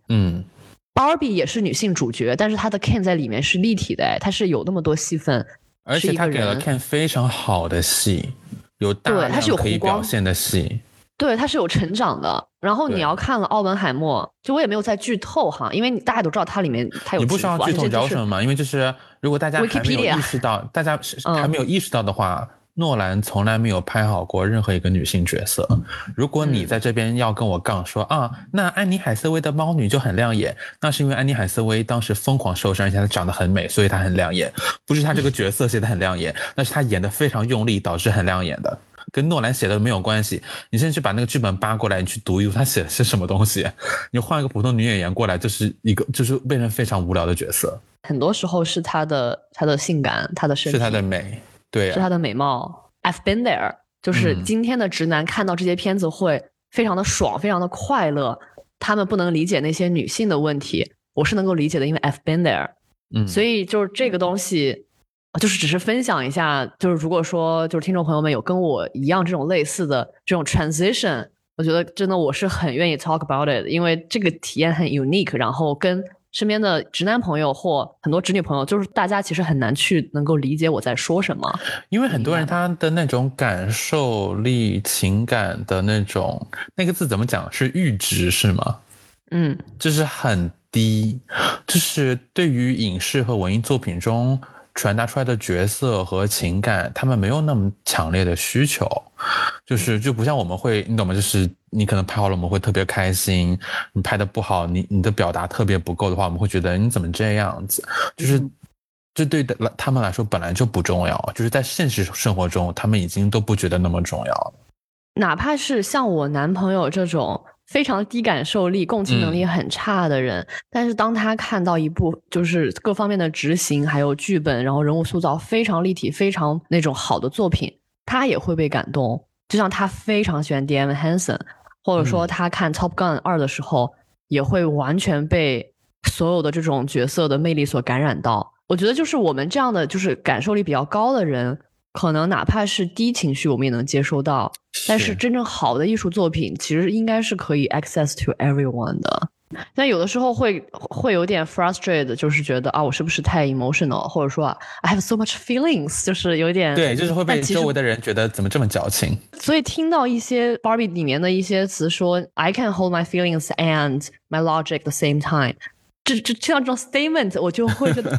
OK。Barbie 也是女性主角，但是她的 Ken 在里面是立体的，她是有那么多戏份， 而且她给了 Ken 非常好的戏，有大量可以表现的戏。 对，他是有成长的。然后你要看了奥本海默，就我也没有在剧透哈，因为大家都知道它里面它有。 你不需要剧透，聊什么嘛？因为就是如果大家还没有意识到，大家还没有意识到的话，诺兰从来没有拍好过任何一个女性角色。如果你在这边要跟我杠说那安妮海瑟薇的猫女就很亮眼，那是因为安妮海瑟薇当时疯狂受伤，而且她长得很美，所以她很亮眼，不是她这个角色写得很亮眼，那是她演得非常用力导致很亮眼的。跟诺兰写的没有关系，你现在去把那个剧本扒过来，你去读一读他写的是什么东西，你换一个普通女演员过来，就是变成非常无聊的角色。 很多时候是他的性感，他的身体， 是他的美，对是他的美貌。I've been there， 就是今天的直男看到这些片子会非常的爽，非常的快乐。他们不能理解那些女性的问题，我是能够理解的，因为 I've been there。所以就是这个东西。就是只是分享一下，就是如果说就是听众朋友们有跟我一样这种类似的这种 transition， 我觉得真的我是很愿意 talk about it， 因为这个体验很 unique， 然后跟身边的直男朋友或很多直女朋友，就是大家其实很难去能够理解我在说什么， 因为很多人他的那种感受力、情感的那种那个字怎么讲是阈值是吗？就是很低，就是对于影视和文艺作品中传达出来的角色和情感，他们没有那么强烈的需求，就不像我们会，你懂吗？就是你可能拍好了，我们会特别开心；你拍的不好，你的表达特别不够的话，我们会觉得你怎么这样子？就是这对他们来说本来就不重要，就是在现实生活中，他们已经都不觉得那么重要了。 哪怕是像我男朋友这种非常低感受力、共情能力很差的人，但是当他看到一部就是各方面的执行还有剧本，然后人物塑造非常立体、非常那种好的作品，他也会被感动。就像他非常喜欢 Dean Evan Hansen， 或者说他看 Top Gun 2的时候，也会完全被所有的这种角色的魅力所感染到。我觉得就是我们这样的就是感受力比较高的人，可能哪怕是低情绪我们也能接收到，但是真正好的艺术作品其实应该是可以 access to everyone 的。 但有的时候会有点 frustrated，就是觉得啊，我是不是太 emotional， 或者说I have so much feelings， 就是有点对，就是会被周围的人觉得怎么这么矫情。 所以听到一些 Barbie 里面的一些词说 I can hold my feelings and my logic at the same time， 这听到这种 statement 我就会觉得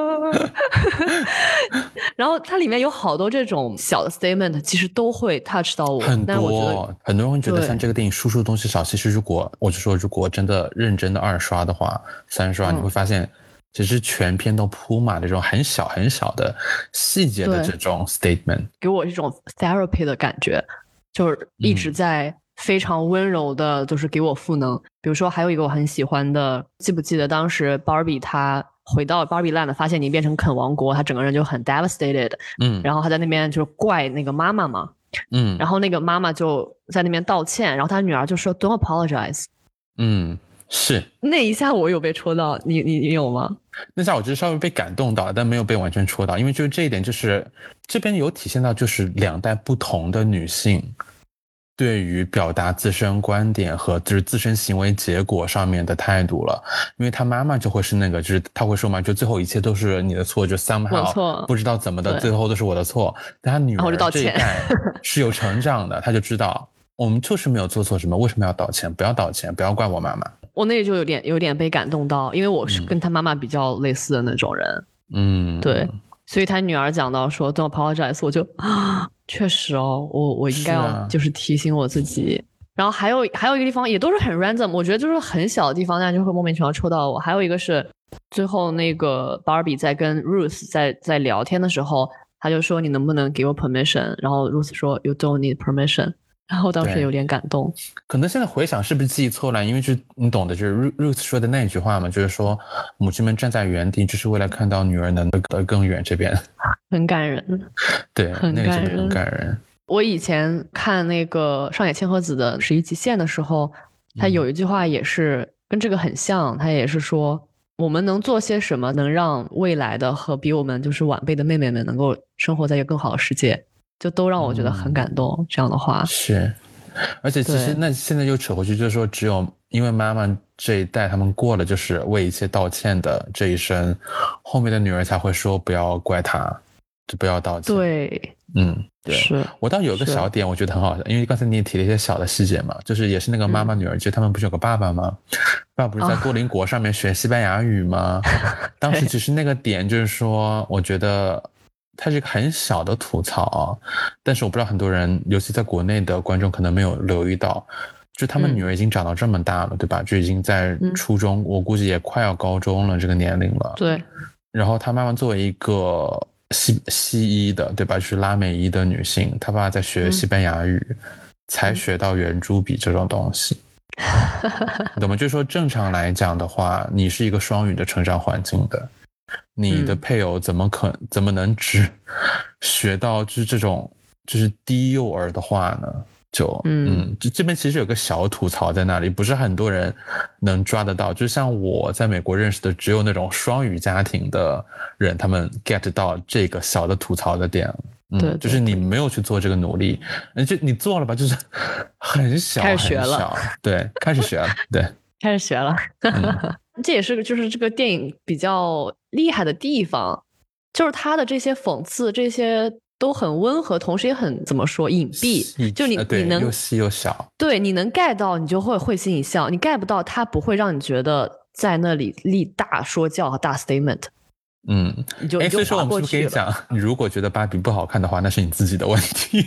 然后它里面有好多这种小的 statement 其实都会 touch 到我， 很但是我觉多得很多人会觉得像这个电影输出的东西少，其实如果真的认真的2刷的话，3刷你会发现其实全篇都铺满这种很小很小的细节的这种 statement， 给我这种 therapy 的感觉，就是一直在非常温柔的就是给我赋能。比如说还有一个我很喜欢的，记不记得当时 Barbie 她回到 Barbie Land 发现你变成肯王国，她整个人就很 devastated， 然后她在那边就怪那个妈妈嘛，然后那个妈妈就在那边道歉，然后她女儿就说 Don't apologize， 是那一下我有被戳到，你有吗？ 那下我就是稍微被感动到，但没有被完全戳到，因为就是这一点就是这边有体现到就是2代不同的女性对于表达自身观点和就是自身行为结果上面的态度了。因为她妈妈就会是那个就是她会说嘛，就最后一切都是你的错，就 somehow 不知道怎么的最后都是我的错。但她女儿这一代是有成长的，她就知道我们就是没有做错什么，为什么要道歉？不要道歉，不要怪我妈妈。 我那里就有点被感动到，因为我是跟她妈妈比较类似的那种人，对，所以她女儿讲到说 Don't apologize， 我就确实哦，我应该要就是提醒我自己。然后还有一个地方也都是很 random， 我觉得就是很小的地方，但就会莫名其妙戳到我。还有一个是最后那个 Barbie 在跟 Ruth 在聊天的时候，他就说你能不能给我 permission， 然后 Ruth 说 You don't need permission， 然后当时有点感动。 可能现在回想是不是记错了，因为就你懂的，就是 Ruth 说的那句话嘛，就是说母亲们站在原地就是为了看到女儿能得更远，这边很感人。 对， 很感人， 很感人。 我以前看那个上野千鹤子的《十一极限》的时候，他有一句话也是跟这个很像，他也是说我们能做些什么能让未来的和比我们就是晚辈的妹妹们能够生活在一个更好的世界，就都让我觉得很感动。这样的话是，而且其实那现在又扯回去，就是说只有因为妈妈这一代他们过了就是为一切道歉的这一生，后面的女儿才会说不要怪她，就不要道歉。 对， 对， 是我倒有个小点我觉得很好笑，因为刚才你也提了一些小的细节嘛，就是也是那个妈妈女儿，就他们不是有个爸爸吗？爸爸不是在多邻国上面学西班牙语吗？当时其实那个点就是说，我觉得它是一个很小的吐槽，但是我不知道很多人，尤其在国内的观众可能没有留意到，就他们女儿已经长到这么大了，对吧？就已经在初中，我估计也快要高中了这个年龄了。 对， 然后他妈妈作为一个西医的，对吧？就是拉美裔的女性，她爸爸在学西班牙语，才学到圆珠笔这种东西。你懂吗？就是说正常来讲的话，你是一个双语的成长环境的，你的配偶怎么能只学到就是这种就是低幼儿的话呢？就这边其实有个小吐槽在那里，不是很多人能抓得到。就像我在美国认识的，只有那种双语家庭的人，他们 get 到这个小的吐槽的点。 对， 就是你没有去做这个努力，就你做了吧，就是很小， 开始学了， 对，开始学了，对， 开始学了。这也是就是这个电影比较厉害的地方，就是它的这些讽刺，这些都很温和，同时也很怎么说隐蔽，就你能又细又小， 对，你能 get 到，你就会心一笑；你 get 不到，它不会让你觉得在那里立大说教和大 statement。你就所以说我们是不是可以讲，你如果觉得芭比不好看的话，那是你自己的问题。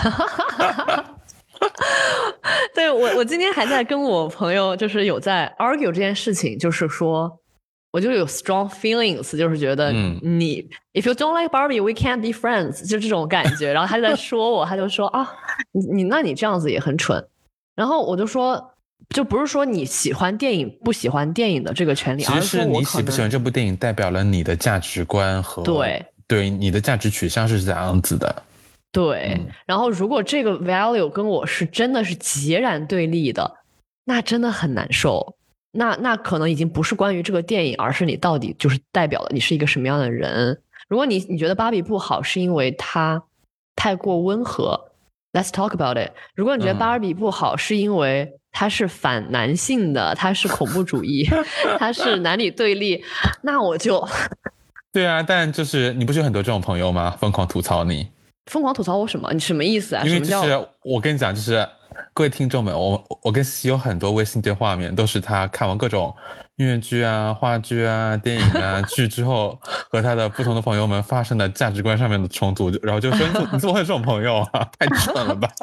对，我今天还在跟我朋友就是有在 argue 这件事情，就是说我就有 strong feelings， 就是觉得你if you don't like Barbie we can't be friends， 就这种感觉。然后他就在说我，他就说啊，那你这样子也很蠢。然后我就说，就不是说你喜欢电影不喜欢电影的这个权利， 其实是你喜不喜欢这部电影代表了你的价值观和对你的价值取向是怎样子的。 对，然后如果这个 value 跟我是真的是截然对立的，那真的很难受。那可能已经不是关于这个电影，而是你到底就是代表了你是一个什么样的人。如果你觉得芭比不好是因为它太过温和， Let's talk about it。如果你觉得芭比不好，是因为它是反男性的，它是恐怖主义，它是男女对立，那我就对啊，但就是你不是有很多这种朋友吗？疯狂吐槽你， 疯狂吐槽我什么？你什么意思啊？ 因为就是我跟你讲，就是各位听众们，我跟西有很多微信对话面，都是他看完各种音乐剧啊、话剧啊、电影啊剧之后，和他的不同的朋友们发生的价值观上面的冲突，然后就说你怎么会有这种朋友啊？太蠢了吧！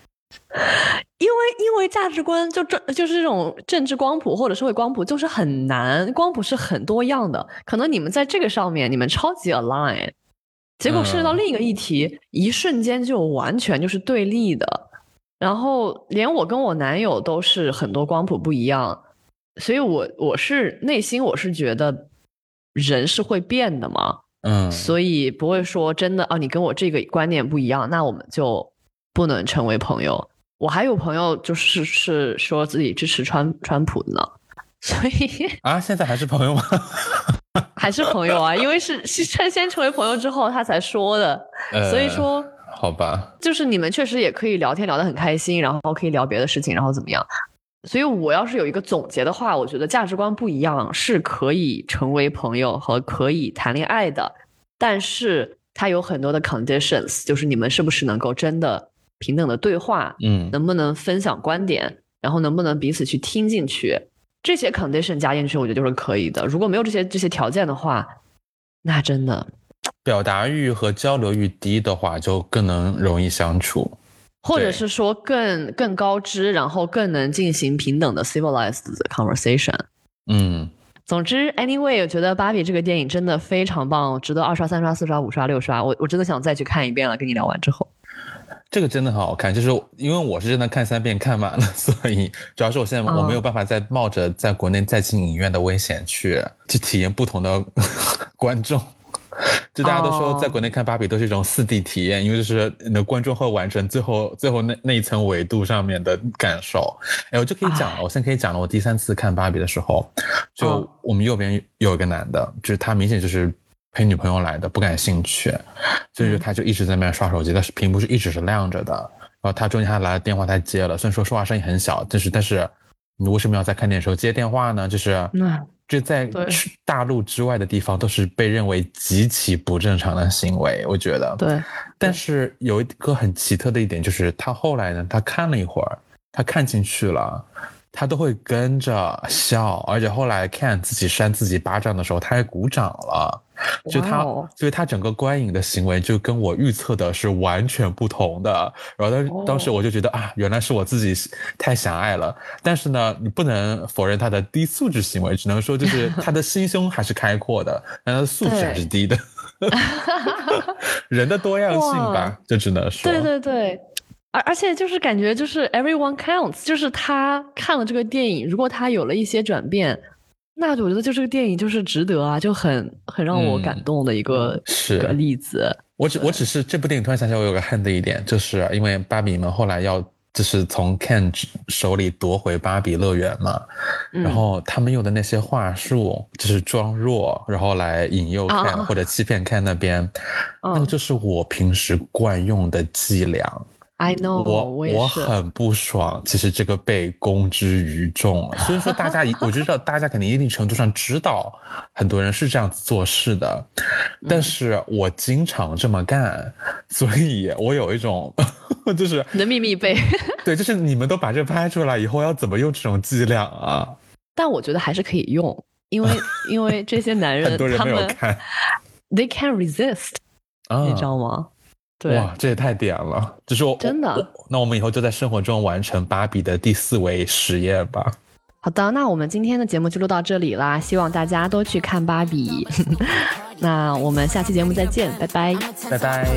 因为价值观就是这种政治光谱或者社会光谱就是很难，光谱是很多样的，可能你们在这个上面你们超级 align， 结果涉及到另一个议题，一瞬间就完全就是对立的。然后连我跟我男友都是很多光谱不一样，所以我是内心我是觉得人是会变的嘛，所以不会说真的你跟我这个观念不一样，那我们就不能成为朋友。我还有朋友就是说自己支持川普的呢，所以现在还是朋友吗？ 还是朋友啊，因为是先成为朋友之后他才说的，所以说好吧， 就是你们确实也可以聊天聊得很开心，然后可以聊别的事情，然后怎么样。所以我要是有一个总结的话，我觉得价值观不一样是可以成为朋友和可以谈恋爱的，但是它有很多的 conditions， 就是你们是不是能够真的平等的对话，能不能分享观点，然后能不能彼此去听进去，这些 condition 加进去我觉得就是可以的。如果没有这些条件的话，那真的表达欲和交流欲低的话就更能容易相处， 或者是说更高知，然后更能进行平等的 civilized conversation。总之 anyway 我觉得芭比这个电影真的非常棒，值得2刷3刷4刷5刷6刷，我真的想再去看一遍了，跟你聊完之后。 这个真的很好看，就是因为我是真的看3遍看满了，所以主要是我现在我没有办法再冒着在国内再进影院的危险去体验不同的观众。就大家都说在国内看芭比都是一种4D 体验，因为就是你的观众会完成最后那一层维度上面的感受。我就可以讲了，我现在可以讲了。我第3次看芭比的时候，就我们右边有一个男的，就是他明显就是陪女朋友来的，不感兴趣，所以他就一直在那边刷手机，但是屏幕是一直是亮着的。然后他中间还来了电话，他接了，虽然说说话声音很小，但是你为什么要在看电影的时候接电话呢？就是这在大陆之外的地方都是被认为极其不正常的行为，我觉得。 对。 但是有一个很奇特的一点，就是他后来呢，他看了一会儿，他看进去了，他都会跟着笑，而且后来看自己扇自己巴掌的时候，他还鼓掌了。所以他整个观影的行为就跟我预测的是完全不同的。然后当时我就觉得原来是我自己太狭隘了。但是呢，你不能否认他的低素质行为，只能说就是他的心胸还是开阔的，但他的素质还是低的。人的多样性吧，就只能说。 对。而且就是感觉就是 everyone counts， 就是他看了这个电影，如果他有了一些转变，那我觉得就这个电影就是值得啊，就很让我感动的一个例子。 我只是这部电影突然想起来，我有个恨的一点，就是因为芭比们后来要就是从 Ken 手里夺回芭比乐园嘛，然后他们用的那些话术就是装弱，然后来引诱 Ken 或者欺骗 Ken 那边，那个就是我平时惯用的伎俩。 I know， 我很不爽，其实这个被公之于众了。所以说我知道大家肯定一定程度上知道很多人是这样子做事的，但是我经常这么干，所以我有一种就是你的秘密被对，就是你们都把这拍出来以后要怎么用这种伎俩啊？ 但我觉得还是可以用，因为这些男人很多人没有看 ，they can't resist，你知道吗？对， 哇，这也太点了！就是真的。 那我们以后就在生活中完成芭比的第4维实验吧。 好的，那我们今天的节目就录到这里啦，希望大家都去看芭比。那我们下期节目再见，拜拜， 拜拜。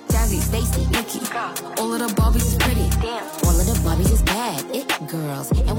All of the Barbies is pretty. All of the Barbies is bad. It girls. And